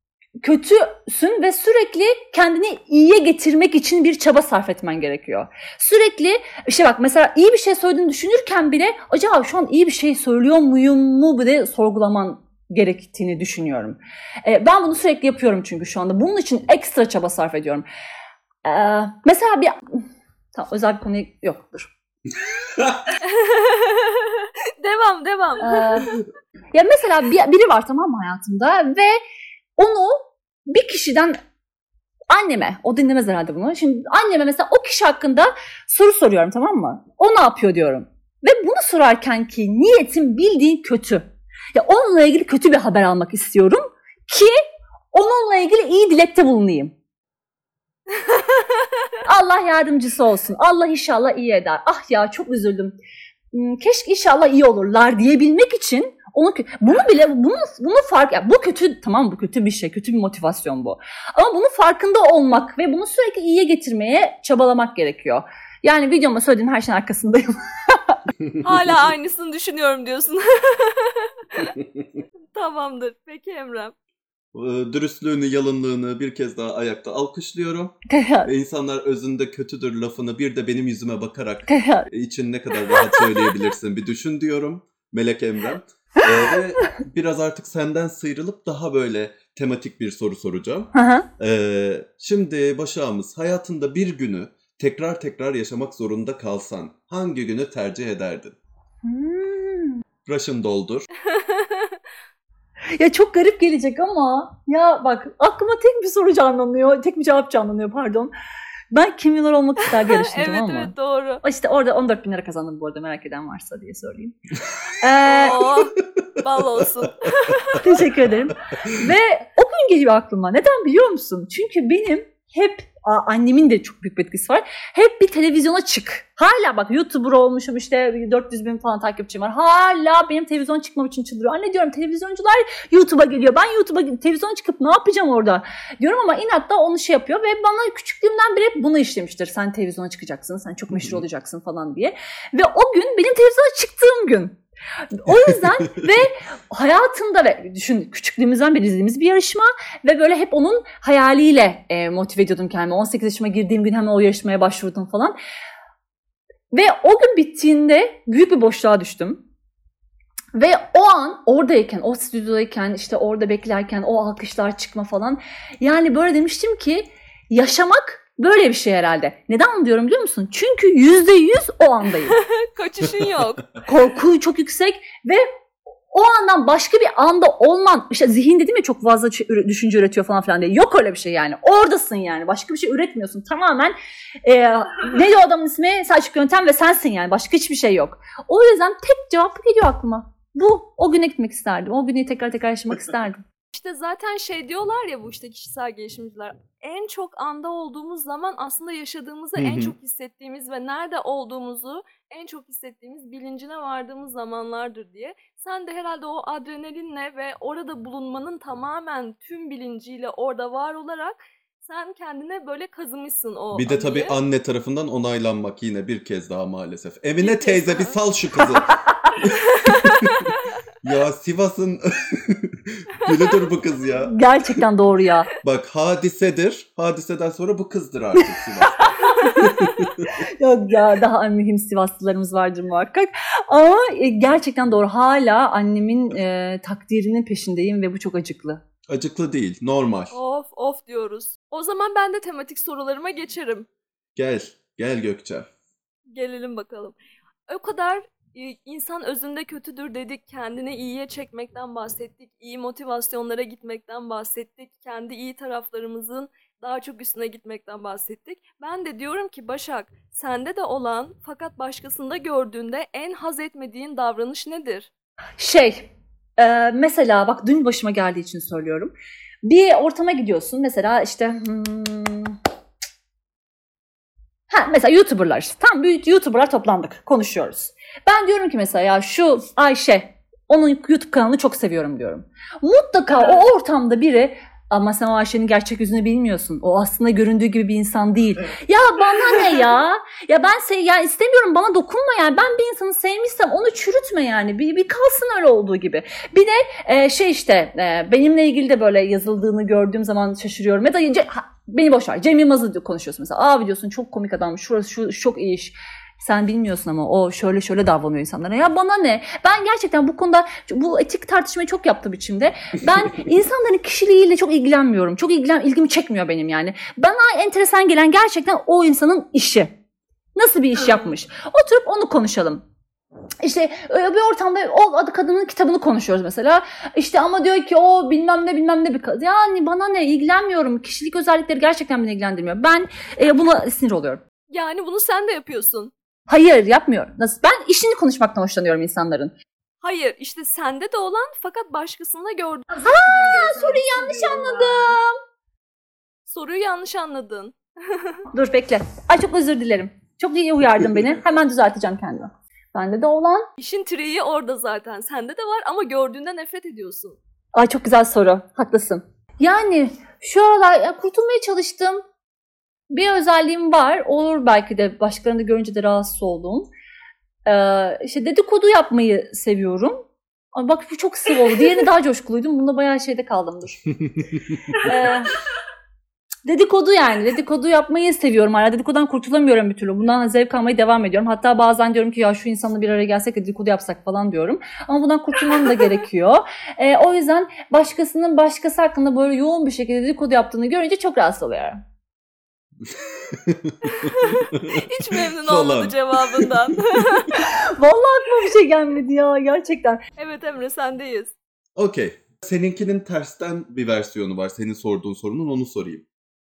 kötüsün ve sürekli kendini iyiye getirmek için bir çaba sarf etmen gerekiyor. Sürekli işte bak mesela iyi bir şey söylediğini düşünürken bile acaba şu an iyi bir şey söylüyor muyum mu bile sorgulaman gerektiğini düşünüyorum. E, ben bunu sürekli yapıyorum çünkü şu anda. Bunun için ekstra çaba sarf ediyorum. E, mesela bir tamam, özel bir konu yoktur. devam devam. Ee, ya mesela bir, biri var tamam mı hayatımda ve onu bir kişiden anneme, o dinlemez herhalde bunu. Şimdi anneme mesela o kişi hakkında soru soruyorum, tamam mı? O ne yapıyor diyorum. Ve bunu sorarken ki niyetim bildiğin kötü. Ya onunla ilgili kötü bir haber almak istiyorum ki onunla ilgili iyi dilekte bulunayım. Allah yardımcısı olsun. Allah inşallah iyi eder. Ah ya çok üzüldüm. Keşke inşallah iyi olurlar diyebilmek için onu bunu bile bunu bunu fark ya bu kötü, tamam, bu kötü bir şey, kötü bir motivasyon bu. Ama bunun farkında olmak ve bunu sürekli iyiye getirmeye çabalamak gerekiyor. Yani videoma söylediğim her şeyin arkasındayım. Hala aynısını düşünüyorum diyorsun. Tamamdır. Peki Emrem. Dürüstlüğünü, yalınlığını bir kez daha ayakta alkışlıyorum. Ve insanlar özünde kötüdür lafını bir de benim yüzüme bakarak için ne kadar rahat söyleyebilirsin bir düşün diyorum Melek Emrem. Ee, ve biraz artık senden sıyrılıp daha böyle tematik bir soru soracağım. Ee, şimdi Başak'ımız, hayatında bir günü tekrar tekrar yaşamak zorunda kalsan hangi günü tercih ederdin? Hmm. Raşın doldur. Ya çok garip gelecek ama ya bak aklıma tek bir soru canlanıyor, tek bir cevap canlanıyor pardon. Ben Kim Milyoner olmak ister diye düşündüm evet, ama. Evet evet doğru. İşte orada on dört bin lira kazandım bu arada, merak eden varsa diye söyleyeyim. ee, Oo, bal olsun. Teşekkür ederim. Ve o gün geliyor aklıma. Neden biliyor musun? Çünkü benim hep, annemin de çok büyük bir etkisi var. Hep bir televizyona çık. Hala bak YouTuber olmuşum, işte dört yüz bin falan takipçim var. Hala benim televizyona çıkmam için çıldırıyor. Anne diyorum, televizyoncular YouTube'a geliyor. Ben YouTube'a, televizyona çıkıp ne yapacağım orada? Diyorum ama inatla onu şey yapıyor ve bana küçüklüğümden beri hep bunu işlemiştir. Sen televizyona çıkacaksın, sen çok meşhur olacaksın falan diye. Ve o gün benim televizyona çıktığım gün. O yüzden ve hayatımda ve düşün, küçüklüğümüzden beri izlediğimiz bir yarışma ve böyle hep onun hayaliyle e, motive ediyordum kendimi. on sekiz yaşıma girdiğim gün hemen o yarışmaya başvurdum falan. Ve o gün bittiğinde büyük bir boşluğa düştüm. Ve o an oradayken, o stüdyodayken, işte orada beklerken o alkışlar çıkma falan. Yani böyle demiştim ki yaşamak böyle bir şey herhalde. Neden onu diyorum biliyor musun? Çünkü yüzde yüz o andayım. Kaçışın yok. Korku çok yüksek ve o andan başka bir anda olman, işte zihin dedim ya çok fazla düşünce üretiyor falan filan diye. Yok öyle bir şey yani. Oradasın yani. Başka bir şey üretmiyorsun. Tamamen e, neydi o adamın ismi? Selçuk Yöntem ve sensin yani. Başka hiçbir şey yok. O yüzden tek cevap geliyor aklıma. Bu. O güne gitmek isterdim. O günü tekrar tekrar yaşamak isterdim. İşte zaten şey diyorlar ya bu işte kişisel gelişimciler. En çok anda olduğumuz zaman aslında yaşadığımızı en çok hissettiğimiz ve nerede olduğumuzu en çok hissettiğimiz bilincine vardığımız zamanlardır diye. Sen de herhalde o adrenalinle ve orada bulunmanın tamamen tüm bilinciyle orada var olarak sen kendine böyle kazımışsın o Bir de anıyı. tabii anne tarafından onaylanmak yine bir kez daha maalesef. Emine bir teyze bir sal şu kızı. Ya Sivas'ın gülüdür bu kız ya. Gerçekten doğru ya. Bak Hadise'dir. Hadiseden sonra bu kızdır artık Sivas'ta. Yok ya, daha mühim Sivaslılarımız vardır muhakkak. Ama gerçekten doğru. Hala annemin e, takdirinin peşindeyim ve bu çok acıklı. Acıklı değil, normal. Of of diyoruz. O zaman ben de tematik sorularıma geçerim. Gel, gel Gökçe. Gelelim bakalım. O kadar insan özünde kötüdür dedik, kendini iyiye çekmekten bahsettik, iyi motivasyonlara gitmekten bahsettik, kendi iyi taraflarımızın daha çok üstüne gitmekten bahsettik. Ben de diyorum ki Başak, sende de olan fakat başkasında gördüğünde en haz etmediğin davranış nedir? Şey, e, mesela bak dün başıma geldiği için söylüyorum. Bir ortama gidiyorsun mesela işte... Hmm, ha, mesela YouTuber'lar, tam büyük YouTuber'lar toplandık, konuşuyoruz. Ben diyorum ki mesela ya şu Ayşe, onun YouTube kanalını çok seviyorum diyorum. Mutlaka o ortamda biri, ama sen o Ayşe'nin gerçek yüzünü bilmiyorsun. O aslında göründüğü gibi bir insan değil. Ya bana ne ya? Ya ben se- yani istemiyorum, bana dokunma yani. Ben bir insanı sevmişsem onu çürütme yani. Bir, bir kalsın öyle olduğu gibi. Bir de e, şey işte e, benimle ilgili de böyle yazıldığını gördüğüm zaman şaşırıyorum. Ya da Ce- ha, beni boş ver. Cem Yılmaz'ı konuşuyorsun mesela. Abi diyorsun çok komik adam. Şurası şu, şu çok iyi iş. Sen bilmiyorsun ama o şöyle şöyle davranıyor insanlara. Ya bana ne? Ben gerçekten bu konuda bu etik tartışmayı çok yaptım içimde. Ben insanların kişiliğiyle çok ilgilenmiyorum. Çok ilgilen, ilgimi çekmiyor benim yani. Bana enteresan gelen gerçekten o insanın işi. Nasıl bir iş yapmış? Oturup onu konuşalım. İşte bir ortamda o adı kadının kitabını konuşuyoruz mesela. İşte ama diyor ki o bilmem ne bilmem ne bir kadın. Yani bana ne, ilgilenmiyorum. Kişilik özellikleri gerçekten beni ilgilendirmiyor. Ben e, buna sinir oluyorum. Yani bunu sen de yapıyorsun. Hayır, yapmıyorum. Nasıl? Ben işini konuşmaktan hoşlanıyorum insanların. Hayır, işte sende de olan fakat başkasında gördüğün. Aa, soruyu yanlış anladım. Soruyu yanlış anladın. Dur bekle. Ay çok özür dilerim. Çok iyi uyardın beni. Hemen düzelteceğim kendimi. Bende de olan. İşin triği orada zaten. Sende de var ama gördüğünde nefret ediyorsun. Ay çok güzel soru. Haklısın. Yani şu aralar ya, kurtulmaya çalıştım. Bir özelliğim var. Olur belki de başkalarını görünce de rahatsız olduğum. Ee, işte dedikodu yapmayı seviyorum. Ama bak bu çok sığ oldu. Diğerini daha coşkuluydum. Bunda bayağı şeyde kaldım dur. ee, dedikodu yani. Dedikodu yapmayı seviyorum hala. Dedikodudan kurtulamıyorum bir türlü. Bundan zevk almaya devam ediyorum. Hatta bazen diyorum ki ya şu insanla bir araya gelsek de dedikodu yapsak falan diyorum. Ama bundan kurtulmam da gerekiyor. Ee, o yüzden başkasının başkası hakkında böyle yoğun bir şekilde dedikodu yaptığını görünce çok rahatsız oluyorum. Hiç memnun olmadı cevabından. Vallahi aklıma bir şey gelmedi ya gerçekten. Evet Emre sendeyiz. Okey. Seninkinin tersten bir versiyonu var. Senin sorduğun sorunun, onu sorayım.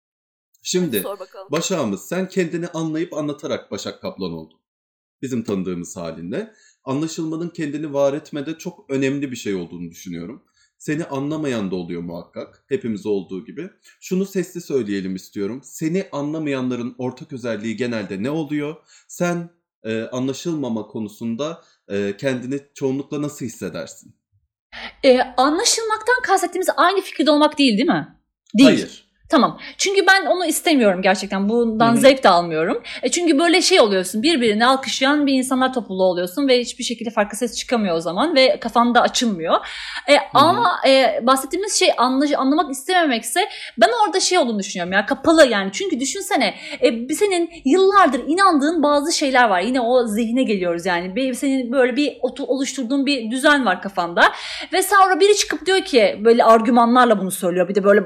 Şimdi Sor bakalım. Başak'ımız, sen kendini anlayıp anlatarak Başak Kaplan oldun. Bizim tanıdığımız halinle. Anlaşılmanın kendini var etmede çok önemli bir şey olduğunu düşünüyorum. Seni anlamayan da oluyor muhakkak. Hepimiz olduğu gibi. Şunu sesli söyleyelim istiyorum. Seni anlamayanların ortak özelliği genelde ne oluyor? Sen e, anlaşılmama konusunda e, kendini çoğunlukla nasıl hissedersin? Ee, anlaşılmaktan kastettiğimiz aynı fikirde olmak değil değil mi? Değil. Hayır. Tamam. Çünkü ben onu istemiyorum gerçekten. Bundan Hı-hı. zevk de almıyorum. E çünkü böyle şey oluyorsun. Birbirini alkışlayan bir insanlar topluluğu oluyorsun ve hiçbir şekilde farklı ses çıkamıyor o zaman ve kafan da açılmıyor. E, ama e, bahsettiğimiz şey anla- anlamak istememekse ben orada şey olduğunu düşünüyorum ya, kapalı yani. Çünkü düşünsene e, senin yıllardır inandığın bazı şeyler var. Yine o zihne geliyoruz yani. Senin böyle bir oluşturduğun bir düzen var kafanda. Ve sonra biri çıkıp diyor ki böyle argümanlarla bunu söylüyor. Bir de böyle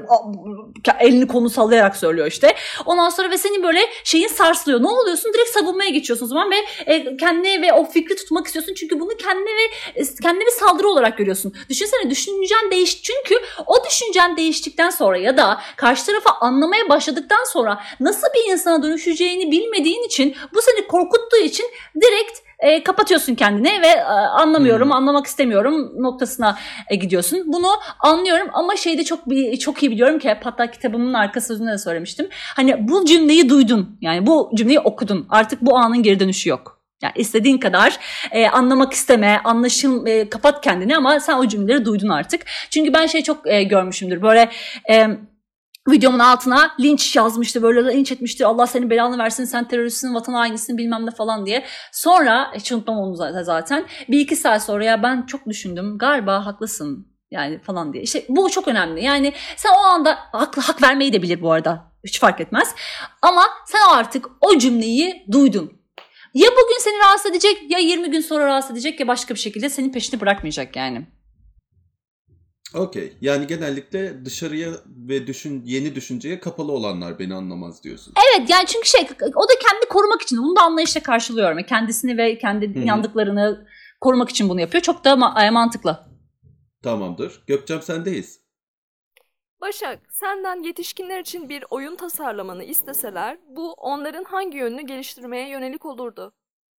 elini konu sallayarak söylüyor işte. Ondan sonra ve senin böyle şeyin sarsılıyor. Ne oluyorsun? Direkt savunmaya geçiyorsun o zaman ve e, kendine ve o fikri tutmak istiyorsun. Çünkü bunu kendine ve e, kendine bir saldırı olarak görüyorsun. Düşünsene, düşüncen değiş. Çünkü o düşüncen değiştikten sonra ya da karşı tarafı anlamaya başladıktan sonra nasıl bir insana dönüşeceğini bilmediğin için, bu seni korkuttuğu için direkt E, kapatıyorsun kendini ve e, anlamıyorum, hmm. anlamak istemiyorum noktasına e, gidiyorsun. Bunu anlıyorum ama şeyde çok çok iyi biliyorum ki, hatta kitabımın arka sözünde de söylemiştim. Hani bu cümleyi duydun, yani bu cümleyi okudun. Artık bu anın geri dönüşü yok. Yani istediğin kadar e, anlamak isteme, anlaşıl, e, kapat kendini ama sen o cümleleri duydun artık. Çünkü ben şey çok e, görmüşümdür böyle... E, videomun altına linç yazmıştı, böyle linç etmişti. Allah senin belanı versin, sen teröristsin, vatan hainisin bilmem ne falan diye. Sonra hiç unutmam onu zaten. Bir iki saat sonra ya ben çok düşündüm, galiba haklısın yani falan diye. İşte bu çok önemli. Yani sen o anda hak, hak vermeyi de bilir bu arada. Hiç fark etmez. Ama sen artık o cümleyi duydun. Ya bugün seni rahatsız edecek, ya yirmi gün sonra rahatsız edecek, ya başka bir şekilde senin peşini bırakmayacak yani. Okey. Yani genellikle dışarıya ve düşün, yeni düşünceye kapalı olanlar beni anlamaz diyorsun. Evet yani çünkü şey, o da kendini korumak için. Bunu da anlayışla karşılıyorum. Kendisini ve kendi Hı-hı. yandıklarını korumak için bunu yapıyor. Çok da ma- mantıklı. Tamamdır. Gökçem sendeyiz. Başak, senden yetişkinler için bir oyun tasarlamanı isteseler bu onların hangi yönünü geliştirmeye yönelik olurdu?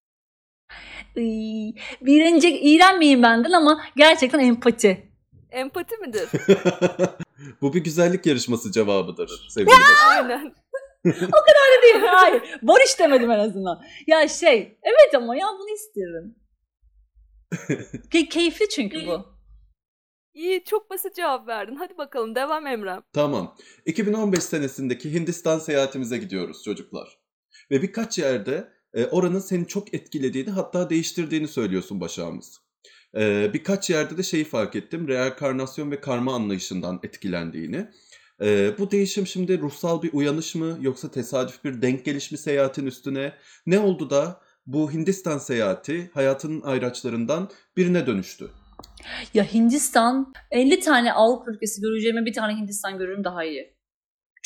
Birinci iğrenmeyin benden ama gerçekten empati. Empati midir? Bu bir güzellik yarışması cevabıdır sevgili Başak. Aynen. O kadar da değil. Hayır. Barış demedim en azından. Ya şey, evet ama ya bunu isterim. Key- keyifli çünkü bu. İyi, çok basit cevap verdin. Hadi bakalım devam Emrem. Tamam. iki bin on beş senesindeki Hindistan seyahatimize gidiyoruz çocuklar. Ve birkaç yerde e, oranın seni çok etkilediğini, hatta değiştirdiğini söylüyorsun Başak'ımız. Ee, birkaç yerde de şeyi fark ettim. Reenkarnasyon ve karma anlayışından etkilendiğini. Ee, bu değişim şimdi ruhsal bir uyanış mı, yoksa tesadüf bir denk geliş mi seyahatin üstüne? Ne oldu da bu Hindistan seyahati hayatının ayraçlarından birine dönüştü? Ya Hindistan, elli tane Avrupa ülkesi göreceğime bir tane Hindistan görürüm daha iyi.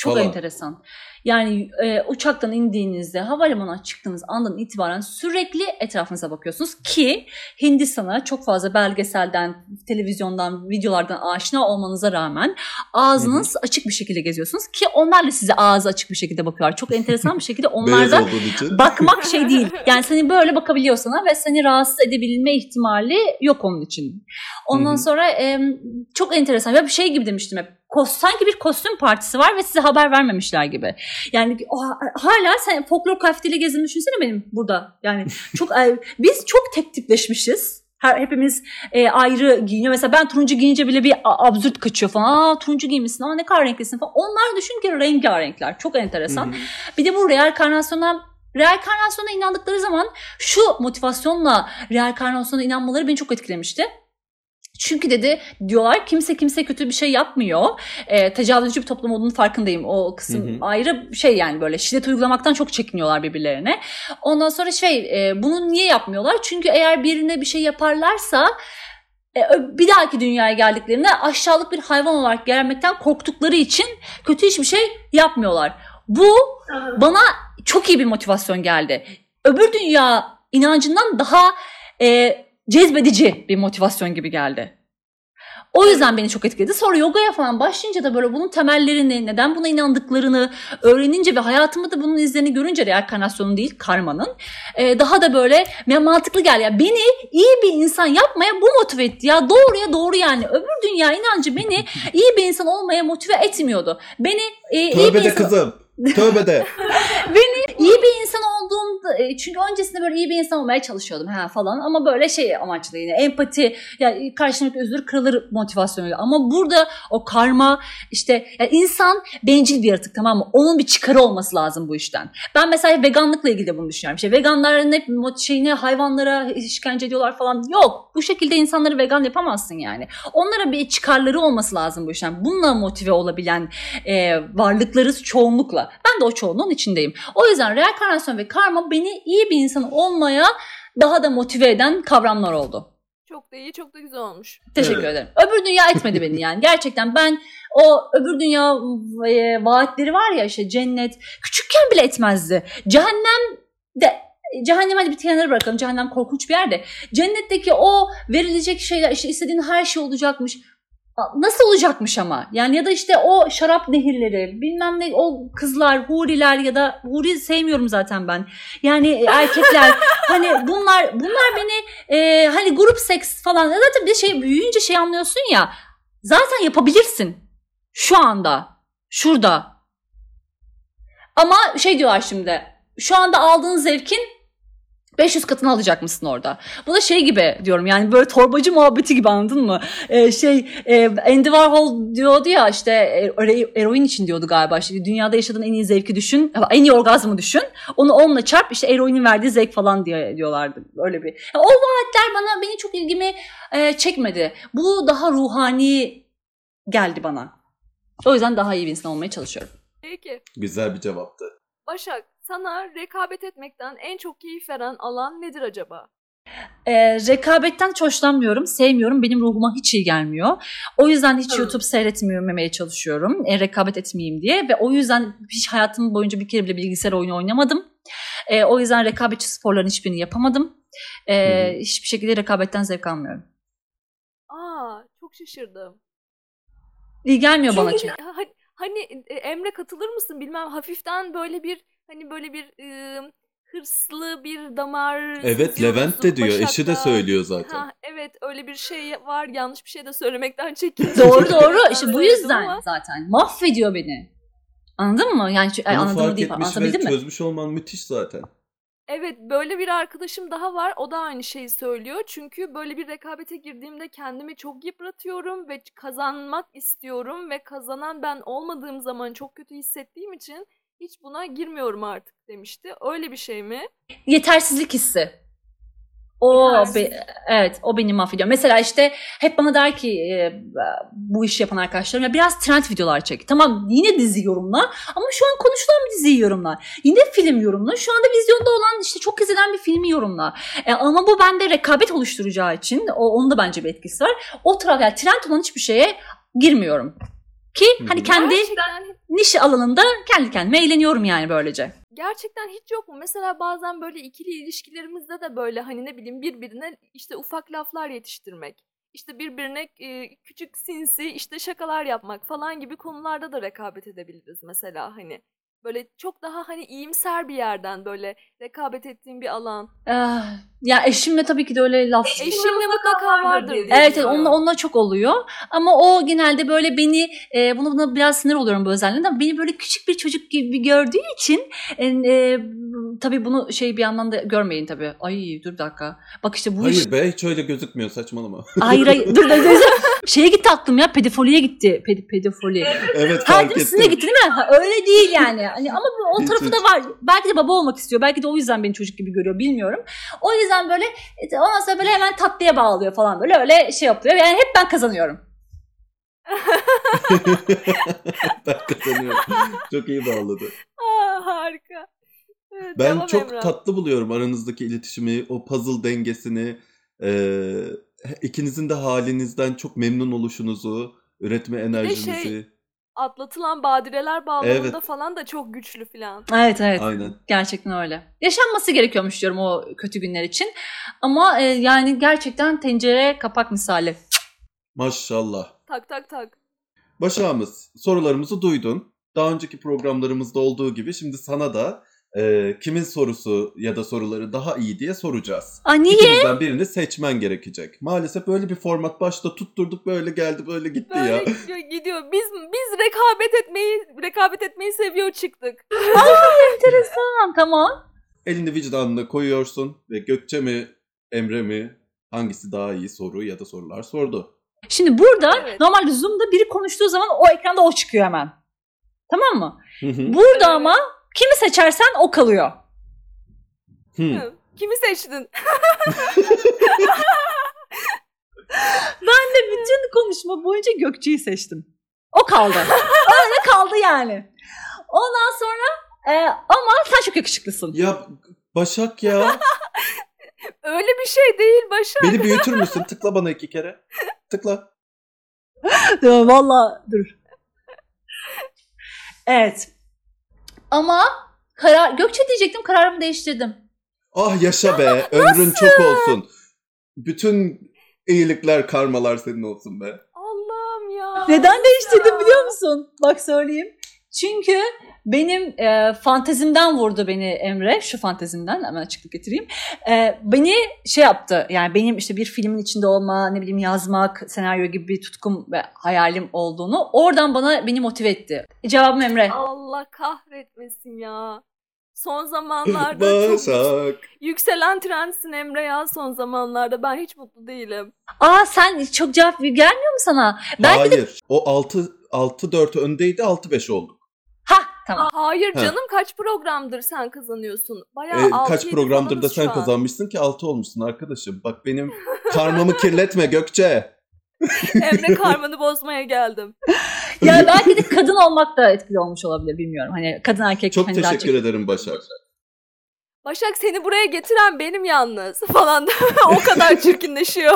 Çok Falan. enteresan. Yani e, uçaktan indiğinizde, havalimanına çıktığınız andan itibaren sürekli etrafınıza bakıyorsunuz ki Hindistan'a çok fazla belgeselden, televizyondan, videolardan aşina olmanıza rağmen ağzınız Hı-hı. açık bir şekilde geziyorsunuz ki onlar da size ağzı açık bir şekilde bakıyorlar. Çok enteresan bir şekilde onlarda bakmak şey değil. Yani seni böyle bakabiliyor sana ve seni rahatsız edebilme ihtimali yok onun için. Ondan Hı-hı. sonra e, çok enteresan. Ya bir şey gibi demiştim hep. Sanki bir kostüm partisi var ve size haber vermemişler gibi. Yani o, hala sen folklor kıyafetiyle gezdiğini düşünsene benim burada. Yani çok biz çok tek tipleşmişiz. Her, hepimiz e, ayrı giyiniyor. Mesela ben turuncu giyince bile bir absürt kaçıyor falan. Aa turuncu giymişsin, aa ne kadar renklisin falan. Onlar düşün ki rengarenkler. Çok enteresan. Hı-hı. Bir de bu reenkarnasyona reenkarnasyona inandıkları zaman şu motivasyonla reenkarnasyona inanmaları beni çok etkilemişti. Çünkü dedi diyorlar kimse kimse kötü bir şey yapmıyor. E, tecavüzcü bir toplum olduğunun farkındayım. O kısım hı hı. ayrı şey yani böyle şiddet uygulamaktan çok çekiniyorlar birbirlerine. Ondan sonra şey e, bunu niye yapmıyorlar? Çünkü eğer birine bir şey yaparlarsa e, bir dahaki dünyaya geldiklerinde aşağılık bir hayvan olarak gelmekten korktukları için kötü hiçbir şey yapmıyorlar. Bu bana çok iyi bir motivasyon geldi. Öbür dünya inancından daha e, cezbedici bir motivasyon gibi geldi. O yüzden beni çok etkiledi. Sonra yogaya falan başlayınca da böyle bunun temellerini, neden buna inandıklarını öğrenince ve hayatımda bunun izlerini görünce reenkarnasyonun değil, karmanın e, daha da böyle mantıklı geldi. Yani beni iyi bir insan yapmaya bu motive etti. Ya doğruya doğru yani. Öbür dünya inancı beni iyi bir insan olmaya motive etmiyordu. Beni e, iyi bir Tövbe de insan... kızım. Tövbe de. Beni iyi bir insan olduğumda çünkü öncesinde böyle iyi bir insan olmaya çalışıyordum ha falan ama böyle şey amaçlı yine empati yani karşındaki özür kırılır motivasyonuyla ama burada o karma işte yani insan bencil bir yaratık tamam mı? Onun bir çıkarı olması lazım bu işten. Ben mesela veganlıkla ilgili de bunu düşünüyorum. İşte veganların hep şeyini hayvanlara işkence ediyorlar falan. Yok. Bu şekilde insanları vegan yapamazsın yani. Onlara bir çıkarları olması lazım bu işten. Bununla motive olabilen e, varlıklarız çoğunlukla. Ben de o çoğunluğun içindeyim. O yüzden reenkarnasyon ve karma beni iyi bir insan olmaya daha da motive eden kavramlar oldu. Çok da iyi, çok da güzel olmuş. Teşekkür evet. ederim. Öbür dünya etmedi beni yani. Gerçekten ben o öbür dünya e, vaatleri var ya işte cennet küçükken bile etmezdi. Cehennem de cehennem hadi bir kenara bırakalım. Cehennem korkunç bir yerde. Cennetteki o verilecek şeyler işte istediğin her şey olacakmış. Nasıl olacakmış ama yani ya da işte o şarap nehirleri bilmem ne o kızlar huriler ya da huri sevmiyorum zaten ben yani erkekler hani bunlar bunlar beni e, hani grup seks falan zaten bir şey büyüyünce şey anlıyorsun ya zaten yapabilirsin şu anda şurada ama şey diyorlar şimdi şu anda aldığın zevkin beş yüz katını alacak mısın orada? Bu da şey gibi diyorum yani böyle torbacı muhabbeti gibi anladın mı? Ee, şey e, Andy Warhol diyordu ya işte eroin için diyordu galiba işte dünyada yaşadığın en iyi zevki düşün en iyi orgazmı düşün onu onunla çarp işte eroinin verdiği zevk falan diye diyorlardı öyle bir. Yani o vaatler bana beni çok ilgimi e, çekmedi. Bu daha ruhani geldi bana. O yüzden daha iyi bir insan olmaya çalışıyorum. Peki. Güzel bir cevaptı. Başak, sana rekabet etmekten en çok keyif veren alan nedir acaba? Ee, rekabetten hiç hoşlanmıyorum, sevmiyorum. Benim ruhuma hiç iyi gelmiyor. O yüzden hiç Hı. YouTube seyretmemeye çalışıyorum. E, rekabet etmeyeyim diye. Ve o yüzden hiç hayatım boyunca bir kere bile bilgisayar oyunu oynamadım. E, o yüzden rekabetçi sporların hiçbirini yapamadım. E, hiçbir şekilde rekabetten zevk almıyorum. Aa, çok şaşırdım. İyi gelmiyor çünkü bana çünkü. Hani, hani Emre katılır mısın bilmem hafiften böyle bir hani böyle bir e, hırslı bir damar. Evet Levent de diyor Başak'ta. Eşi de söylüyor zaten. Ha, evet öyle bir şey var yanlış bir şey de söylemekten çekiniyorum. Doğru doğru işte bu yüzden ama. Zaten mahvediyor beni. Anladın mı? Yani Bunu anladın fark değil, etmiş ve mi? Çözmüş olman müthiş zaten. Evet böyle bir arkadaşım daha var o da aynı şeyi söylüyor çünkü böyle bir rekabete girdiğimde kendimi çok yıpratıyorum ve kazanmak istiyorum ve kazanan ben olmadığım zaman çok kötü hissettiğim için hiç buna girmiyorum artık demişti. Öyle bir şey mi? Yetersizlik hissi. O be, evet o beni mahvediyor. Mesela işte hep bana der ki e, bu işi yapan arkadaşlarım ya biraz trend videolar çek. Tamam yine dizi yorumla ama şu an konuşulan bir diziyi yorumla. Yine film yorumla. Şu anda vizyonda olan işte çok izlenen bir filmi yorumla. E, ama bu bende rekabet oluşturacağı için o, onun da bence bir etkisi var. O taraf yani trend olan hiçbir şeye girmiyorum. Ki Hı hı. hani kendi Gerçekten, niş alanında kendi kendime eğleniyorum yani böylece. gerçekten hiç yok mu? Mesela bazen böyle ikili ilişkilerimizde de böyle hani ne bileyim birbirine işte ufak laflar yetiştirmek. İşte birbirine e, küçük sinsi işte şakalar yapmak falan gibi konularda da rekabet edebiliriz mesela hani. Böyle çok daha hani iyimser bir yerden böyle rekabet ettiğim bir alan. Ah, ya eşimle tabii ki de öyle laf. Eşinle mutlaka vardır diye Evet, evet düşünüyorum. onunla, onunla çok oluyor. Ama o genelde böyle beni, e, buna, buna biraz sinir oluyorum bu özelliğinde. Ama beni böyle küçük bir çocuk gibi gördüğü için e, e, tabii bunu şey bir yandan da görmeyin tabii. Ay dur bir dakika. Bak işte bu iş. Hayır be, hiç öyle gözükmüyor, saçmalama. Hayır hayır dur dur dur. Şeye gitti aklım ya, pedofiliye gitti. Ped pedofili. Evet, Ha, fark değil mi? Sizinle ettim. gitti değil mi? Ha, öyle değil yani. Hani ama bu- o Hiç, tarafı da hiç. var. Belki de baba olmak istiyor. Belki de o yüzden beni çocuk gibi görüyor, bilmiyorum. O yüzden böyle e, ondan sonra böyle hemen tatlıya bağlıyor falan, böyle öyle şey yapıyor. Yani hep ben kazanıyorum. Ben kazanıyorum. Çok iyi bağladı. Aa, harika. Evet, Ben devam çok Emrah. tatlı buluyorum aranızdaki iletişimi, o puzzle dengesini, e, ikinizin de halinizden çok memnun oluşunuzu, üretme Bir de enerjinizi. şey atlatılan badireler bağlamında Evet, falan da çok güçlü falan. Evet evet. aynen. Gerçekten öyle. Yaşanması gerekiyormuş diyorum o kötü günler için. Ama e, yani gerçekten tencere kapak misali. Maşallah. Tak tak tak. Başağımız, sorularımızı duydun. Daha önceki programlarımızda olduğu gibi şimdi sana da e, kimin sorusu ya da soruları daha iyi diye soracağız. Aa, niye? İkimizden birini seçmen gerekecek. Maalesef böyle bir format başta tutturduk, böyle geldi böyle gitti ya. Böyle gidiyor, gidiyor. Biz biz rekabet etmeyi rekabet etmeyi seviyor çıktık. Tamam tamam. Elini vicdanına koyuyorsun ve Gökçe mi, Emre mi, hangisi daha iyi soru ya da sorular sordu. Şimdi burada Evet. normalde Zoom'da biri konuştuğu zaman o ekranda o çıkıyor hemen. Tamam mı? Hı hı. Burada Evet. ama kimi seçersen o kalıyor. Hı. Hı. Kimi seçtin? Ben de bütün konuşma boyunca Gökçe'yi seçtim. O kaldı. Öyle kaldı yani. Ondan sonra e, ama sen çok yakışıklısın. Ya Başak ya, Öyle bir şey değil Başak. beni büyütür müsün? Tıkla bana iki kere. Tıkla. Valla dur. Evet. Ama karar Gökçe diyecektim, kararımı değiştirdim. Ah yaşa be, ömrün çok olsun. Bütün iyilikler, karmalar senin olsun be. Allah'ım ya. Neden değiştirdim Ya. biliyor musun? Bak söyleyeyim. Çünkü benim e, fantezimden vurdu beni Emre. Şu fantezimden hemen açıklık getireyim. E, beni şey yaptı. Yani benim işte bir filmin içinde olma, ne bileyim yazmak, senaryo gibi bir tutkum ve hayalim olduğunu oradan bana beni motive etti. E, cevabım Emre. Allah kahretmesin ya. Son zamanlarda çok Başak. yükselen trendsin Emre ya son zamanlarda. Ben hiç mutlu değilim. Aa sen çok cevap gelmiyor mu sana? Belki de... Hayır. O altı altı dört öndeydi, altı beş oldu. Ha tamam. Hayır Ha. canım kaç programdır sen kazanıyorsun? Bayağı Ee, altı kaç yedi programdır da falanız sen şu an. kazanmışsın ki altı olmuşsun arkadaşım. Bak benim karmamı kirletme Gökçe. Emre karmanı bozmaya geldim. Ya belki de kadın olmak da etkili olmuş olabilir, bilmiyorum. Hani kadın erkek Çok hani daha teşekkür ederim Başak. Başak seni buraya getiren benim yalnız falan. O kadar çirkinleşiyor.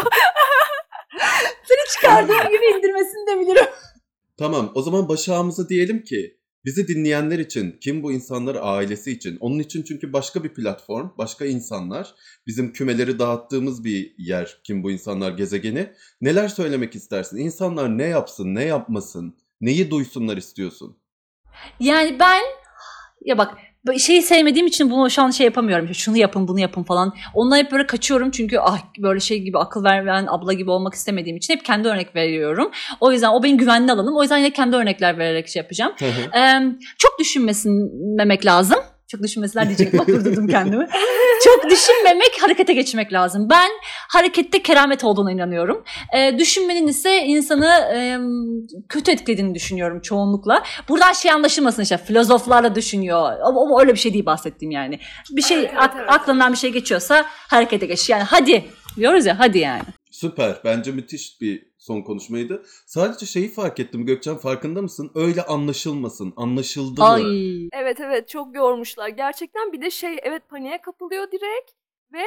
çıkardığım gibi indirmesini de bilirim. Tamam, o zaman Başak'ımıza diyelim ki bizi dinleyenler için, kim bu insanlar, ailesi için. Onun için çünkü başka bir platform, başka insanlar. Bizim kümeleri dağıttığımız bir yer, kim bu insanlar gezegeni. Neler söylemek istersin? İnsanlar ne yapsın, ne yapmasın, neyi duysunlar istiyorsun? Yani ben ya bak şeyi sevmediğim için bunu şu an şey yapamıyorum. Şunu yapın, bunu yapın falan. Ondan hep böyle kaçıyorum çünkü ah böyle şey gibi akıl veren abla gibi olmak istemediğim için hep kendi örnek veriyorum. O yüzden o benim güvenli alanım. O yüzden yine kendi örnekler vererek şey yapacağım. Hı hı. Ee, çok düşünmemek lazım. Çok düşünmesinler diyecektim. Bak durdurdum kendimi. Çok düşünmemek, harekete geçmek lazım. Ben harekette keramet olduğuna inanıyorum. Ee, düşünmenin ise insanı e, kötü etkilediğini düşünüyorum çoğunlukla. Buradan şey anlaşılmasın işte filozoflarla düşünüyor. Ama, ama öyle bir şey değil bahsettiğim yani. Bir şey Evet, evet, ak- evet. aklından bir şey geçiyorsa harekete geç. Yani hadi diyoruz ya, hadi yani. Süper. Bence müthiş bir son konuşmaydı. Sadece şeyi fark ettim Gökçen, farkında mısın? Öyle anlaşılmasın. Anlaşıldı mı? Ay. Evet evet çok yormuşlar. Gerçekten bir de şey evet paniğe kapılıyor direkt ve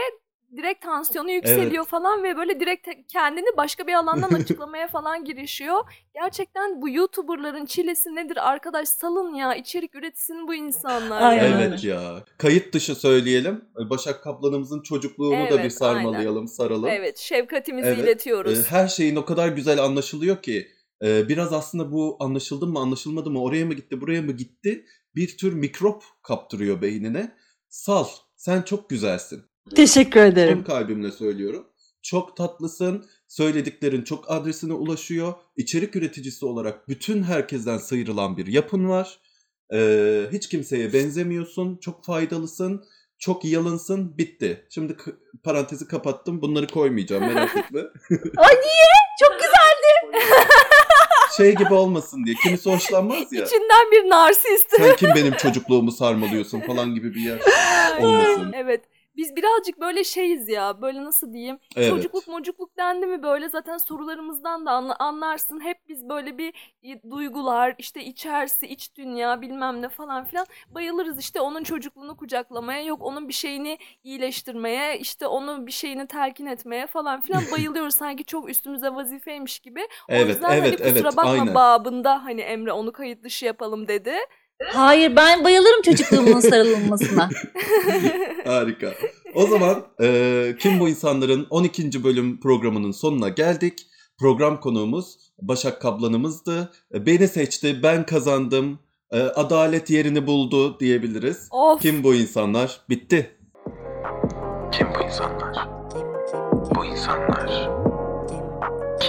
direkt tansiyonu yükseliyor Evet. falan ve böyle direkt kendini başka bir alandan açıklamaya falan girişiyor. Gerçekten bu YouTuber'ların çilesi nedir arkadaş, salın ya, içerik üretsin bu insanlar. Aynen ya. öyle. Evet ya. Kayıt dışı söyleyelim. Başak Kaplan'ımızın çocukluğunu da bir Evet, sarmalayalım, saralım. Evet, şefkatimizi Evet. iletiyoruz. Ee, Her şeyin o kadar güzel anlaşılıyor ki e, biraz aslında bu anlaşıldı mı anlaşılmadı mı, oraya mı gitti buraya mı gitti, bir tür mikrop kaptırıyor beynine. Sal, sen çok güzelsin. Teşekkür Tüm ederim. kalbimle söylüyorum. Çok tatlısın. Söylediklerin çok adresine ulaşıyor. İçerik üreticisi olarak bütün herkesten sıyrılan bir yapın var. Ee, hiç kimseye benzemiyorsun. Çok faydalısın. Çok yalınsın. Bitti. Şimdi k- parantezi kapattım. Bunları koymayacağım, merak etme. Ay niye? Çok güzel. Şey gibi olmasın diye. Kimisi hoşlanmaz ya. İçinden bir narsist. Sen kim benim çocukluğumu sarmalıyorsun falan gibi bir yer olmasın. Evet. Biz birazcık böyle şeyiz ya, böyle nasıl diyeyim, Evet. çocukluk mocukluk dendi mi böyle zaten sorularımızdan da anla- anlarsın. Hep biz böyle bir e, duygular, işte içerisi, iç dünya bilmem ne falan filan bayılırız işte onun çocukluğunu kucaklamaya, yok onun bir şeyini iyileştirmeye, işte onun bir şeyini telkin etmeye falan filan bayılıyoruz. Sanki çok üstümüze vazifeymiş gibi. O Evet, yüzden hani evet, kusura evet, bakma aynen. babında hani Emre onu kayıt dışı yapalım dedi. Hayır, ben bayılırım çocukluğumun sarılmasına. Harika. O zaman e, Kim Bu İnsanlar'ın on ikinci bölüm programının sonuna geldik. Program konuğumuz Başak Kaplan'ımızdı. E, Beni seçti, ben kazandım. E, adalet yerini buldu diyebiliriz. Of. Kim Bu İnsanlar? Bitti. Kim bu insanlar? Bu insanlar kim?